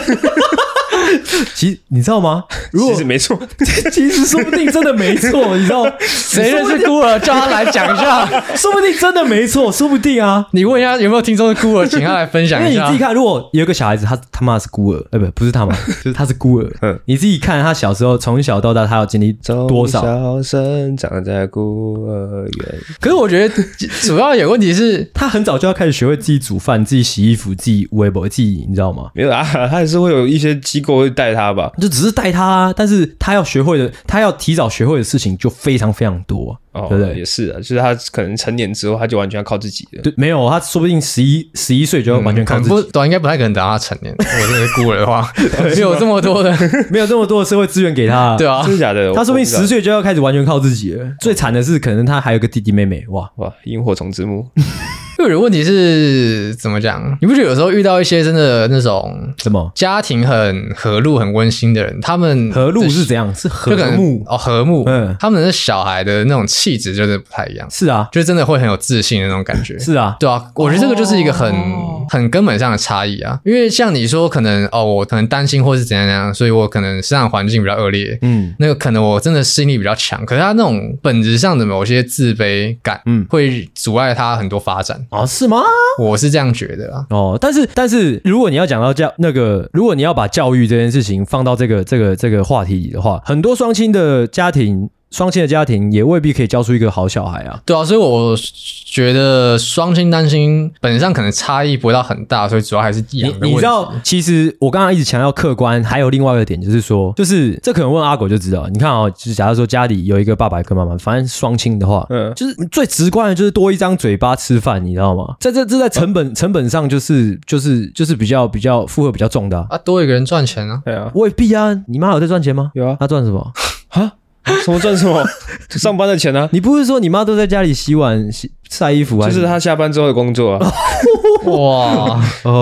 其实你知道吗？ 其实没错， 其实说不定真的没错，你知道？ 谁认识孤儿，叫他来讲一下。 说不定真的没错，说不定啊。 你问一下有没有听众是孤儿，请他来分享一下。 因为你自己看，如果有一个小孩子，他妈是孤儿，不是他妈，就是他是孤儿。你自己看他小时候从小到大，他要经历多少？ 从小生长在孤儿院。 可是我觉得主要有问题是， 他很早就要开始学会自己煮饭、自己洗衣服、自己微波、自己，你知道吗？ 没有啊，他还是会有一些机构会带他吧， 就只是带他啊，但是他要学会的，他要提早学会的事情就非常非常多。对不对？ 也是啊，就是他可能成年之后，他就完全要靠自己了。 对，没有，他说不定11岁就要完全靠自己。 应该不太可能等他成年。我真的是孤儿的话，没有这么多的社会资源给他。 对啊， 真的假的？ 他说不定10岁就要开始完全靠自己了。最惨的是，可能他还有个弟弟妹妹。哇， 萤火虫之墓。 有的问题是怎么讲？你不觉得有时候遇到一些真的那种什么家庭很和睦、很温馨的人，他们和睦是怎样？是和睦和睦。他们的小孩的那种气质就是不太一样。 是啊， 就真的会很有自信的那种感觉。 是啊， 对啊，我觉得这个就是一个很根本上的差异啊。因为像你说，可能我可能担心或是怎样，所以我可能生长环境比较恶劣。那个可能我真的适应力比较强，可是他那种本质上的某些自卑感，会阻碍他很多发展。 是吗？ 我是这样觉得啊。 但是如果你要讲到如果你要把教育这件事情放到这个话题里的话，很多双亲的家庭也未必可以教出一个好小孩啊。 对啊，所以我觉得双亲单亲本质上可能差异不会到很大，所以主要还是养的问题。 你知道，其实我刚刚一直强调客观，还有另外一个点就是说，就是这可能问阿狗就知道。你看就是假如说家里有一个爸爸跟妈妈，反正双亲的话，就是最直观的就是多一张嘴巴吃饭，你知道吗？这在成本上就是比较负荷比较重的啊，多一个人赚钱啊。 对啊， 未必啊。你妈有在赚钱吗？ 有啊。 她赚什么？ 啊？什么赚什么？上班的钱啊！ 你不是说你妈都在家里洗碗、晒衣服， 就是她下班之后的工作啊。 哇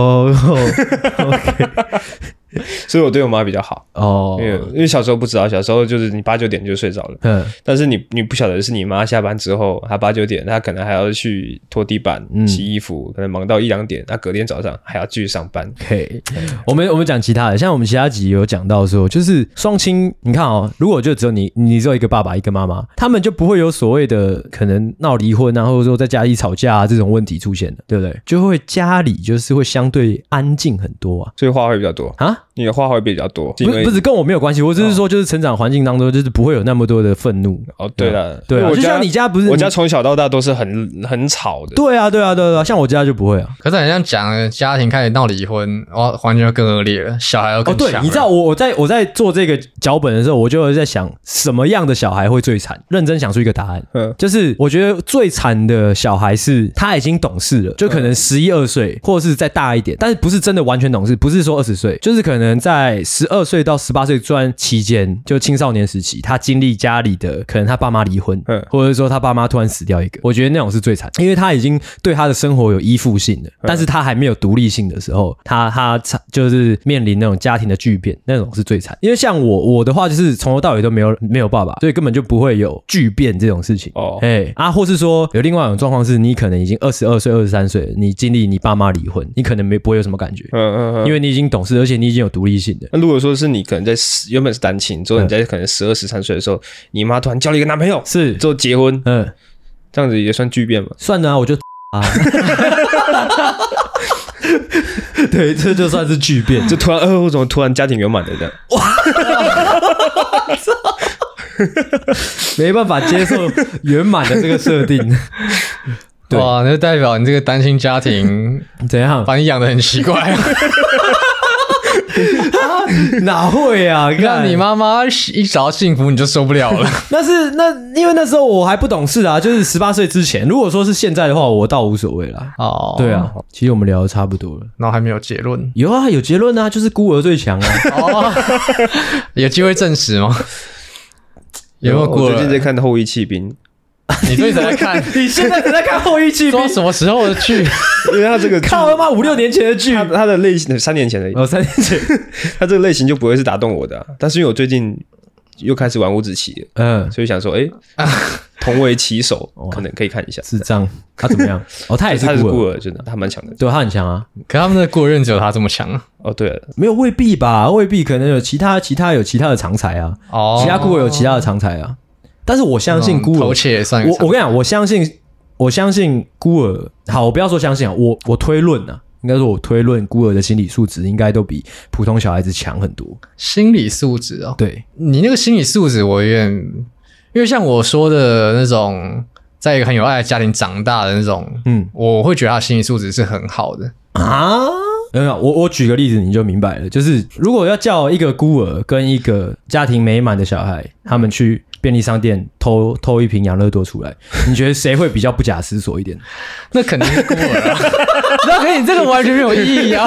，OK。 所以我对我妈比较好因为小时候不知道，小时候就是你8、9点就睡着了，但是你不晓得是你妈下班之后，她8、9点，她可能还要去拖地板、洗衣服，可能忙到1、2点，她隔天早上还要继续上班。 OK， 我们讲其他的，像我们其他集有讲到说，就是双亲，你看如果就只有你只有一个爸爸一个妈妈，他们就不会有所谓的可能闹离婚啊，或者说在家里吵架这种问题出现的，对不对？就会家里就是会相对安静很多啊， 所以话会比较多啊。你的话会比较多， 不是跟我没有关系，我只是说就是成长环境当中就是不会有那么多的愤怒。 对了， 对啊，就像你家不是， 我家从小到大都是很吵的。 对啊，像我家就不会啊。 可是你这样讲，家庭开始闹离婚，环境就更恶劣了，小孩又更强了。 对，你知道我在做这个脚本的时候，我就在想什么样的小孩会最惨，认真想出一个答案。就是我觉得最惨的小孩是他已经懂事了，就可能11、12岁，或者是再大一点，但是不是真的完全懂事，不是说20岁，就是可能在12岁到18岁这段期间，就青少年时期，他经历家里的可能他爸妈离婚，或者说他爸妈突然死掉一个，我觉得那种是最惨，因为他已经对他的生活有依附性了，但是他还没有独立性的时候，他就是面临那种家庭的巨变，那种是最惨。因为像我的话，就是从头到尾都没有爸爸，所以根本就不会有巨变这种事情。或是说有另外一种状况是，你可能已经22岁、23岁了，你经历你爸妈离婚，你可能不会有什么感觉，因为你已经懂事，而且你已经有独立性的。 那如果说是你可能在原本是单亲，之后你在可能12、13岁的时候，你妈突然交了一个男朋友， 是之后结婚，这样子也算巨变吗？ 算了啊，我就对，这就算是巨变， 就突然我怎么突然家庭圆满的这样？ 没办法接受圆满的这个设定。 哇，那就代表你这个单亲家庭怎样， 把你养得很奇怪。 哪会啊？ 让你妈妈一找到幸福你就受不了了。 因为那时候我还不懂事啊，就是18岁之前。如果说是现在的话，我倒无所谓啦。哦，对啊，其实我们聊的差不多了， 然后还没有结论。 有啊，有结论啊，就是孤儿最强啊。哦， 有机会证实吗？有没有孤儿？ 我最近在看《后翼弃兵》。 你最近在看？ 你现在在看《后翼弃兵》？ 什么时候的剧？ 因为他这个靠他妈5-6年前的剧， 他的类型3年前的 3年前， 他这个类型就不会是打动我的。但是因为我最近又开始玩五子棋了，所以想说，同为棋手，可能可以看一下。 是这样，他怎么样？哦，他也是孤儿，真的，他蛮强的。 对，他很强啊。 可他们的孤儿院只有他这么强啊？ 哦，对了， 没有未必吧？未必，可能有其他有其他的长才啊。哦，其他孤儿有其他的长才啊。但是我相信孤儿， 偷窃也算。 我跟你讲，我相信孤儿。好，我不要说相信啊，我推论啊，应该说我推论孤儿的心理素质应该都比普通小孩子强很多。 心理素质哦， 对， 你那个心理素质，我有点，因为像我说的那种，在一个很有爱的家庭长大的那种，我会觉得他心理素质是很好的啊。我举个例子你就明白了，就是如果要叫一个孤儿跟一个家庭美满的小孩，他们去便利商店偷一瓶养乐多出来，你觉得谁会比较不假思索一点？ 那肯定是孤儿啊！那跟你这个完全没有意义啊！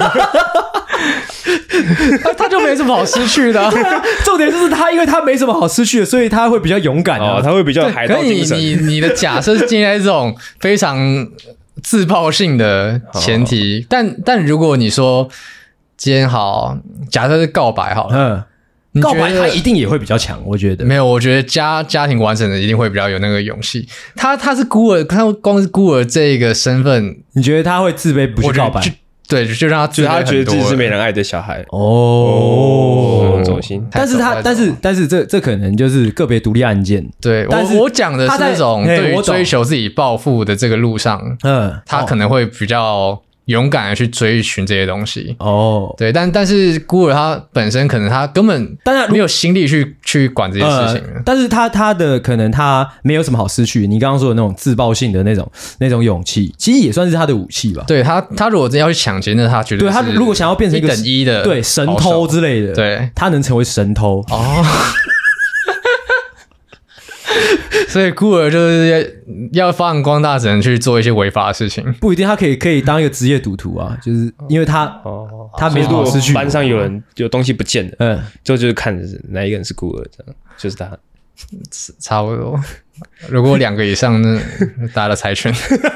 他就没什么好失去的、啊。 重点就是他，因为他没什么好失去的，所以他会比较勇敢啊， 他会比较海盗精神。 你的假设是建立在这种非常自爆性的前提，但如果你说今天好，假设是告白好了， 告白他一定也会比较强，我觉得没有，我觉得家庭完整的一定会比较有那个勇气。他是孤儿，他光是孤儿这个身份， 你觉得他会自卑不去告白？ 对，就让他自卑很多， 他觉得自己是没人爱的小孩走心。 但是这可能就是个别独立案件。 对，但是我讲的是那种对于追求自己抱负的这个路上，他可能会比较勇敢的去追寻这些东西对，但是孤儿他本身可能他根本没有心力去管这些事情但是他的可能他没有什么好失去。你刚刚说的那种自爆性的那种勇气，其实也算是他的武器吧。 对他如果真要去抢劫，那他绝对对他如果想要变成一个 1等1的对神偷之类的， 对， 他能成为神偷所以孤儿就是要发扬光大，只能去做一些违法的事情。 不一定，他可以当一个职业赌徒啊，就是因为他没什么好失去。 班上有人有东西不见了，就是看哪一个人是孤儿，这样就是他， 差不多。如果2个以上，那打了财权。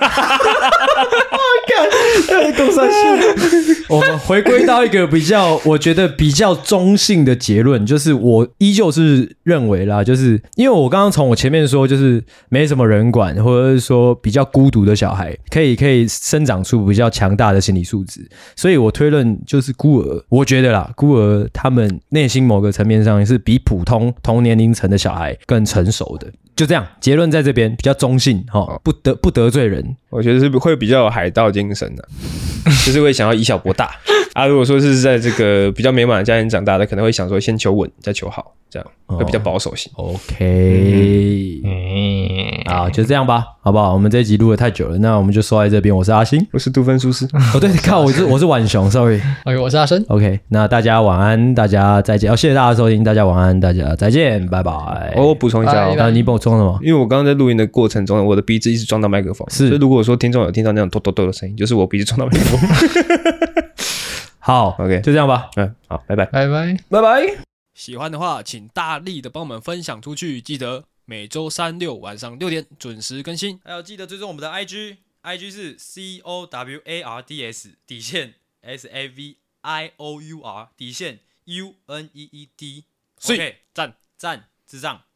我们回归到一个我觉得比较中性的结论，就是我依旧是认为啦，就是因为我刚刚从我前面说，就是没什么人管，或者是说比较孤独的小孩，可以生长出比较强大的心理素质，所以我推论就是孤儿，我觉得啦，孤儿他们内心某个层面上是比普通同年龄层的小孩更成熟的。就这样，结论在这边比较中性不得罪人。 我觉得是会比较有海盗精神的，就是会想要以小博大啊。如果说是在这个比较美满的家庭长大的，可能会想说先求稳再求好，这样会比较保守型。 OK，好，就这样吧，好不好？我们这一集录得太久了，那我们就说在这边。我是阿星， 我是杜芬苏斯。 对，靠，我是婉雄 ，sorry。 我是阿生。 OK， 那大家晚安，大家再见。谢谢大家收听，大家晚安，大家再见，拜拜。 我补充一下你补充什么？ 因为我刚刚在录音的过程中，我的鼻子一直撞到麦克风，所以如果说听众有听到那种咚咚咚的声音，就是我鼻子撞到麦克风。 好 ，OK， 就这样吧。 好，拜拜， 拜拜， 拜拜。 喜欢的话，请大力的帮我们分享出去，记得每周3、6晚上6点准时更新。 还有记得追踪我们的 IG 是 COWARDS SAVIOUR UNEED。OK， 赞，智障。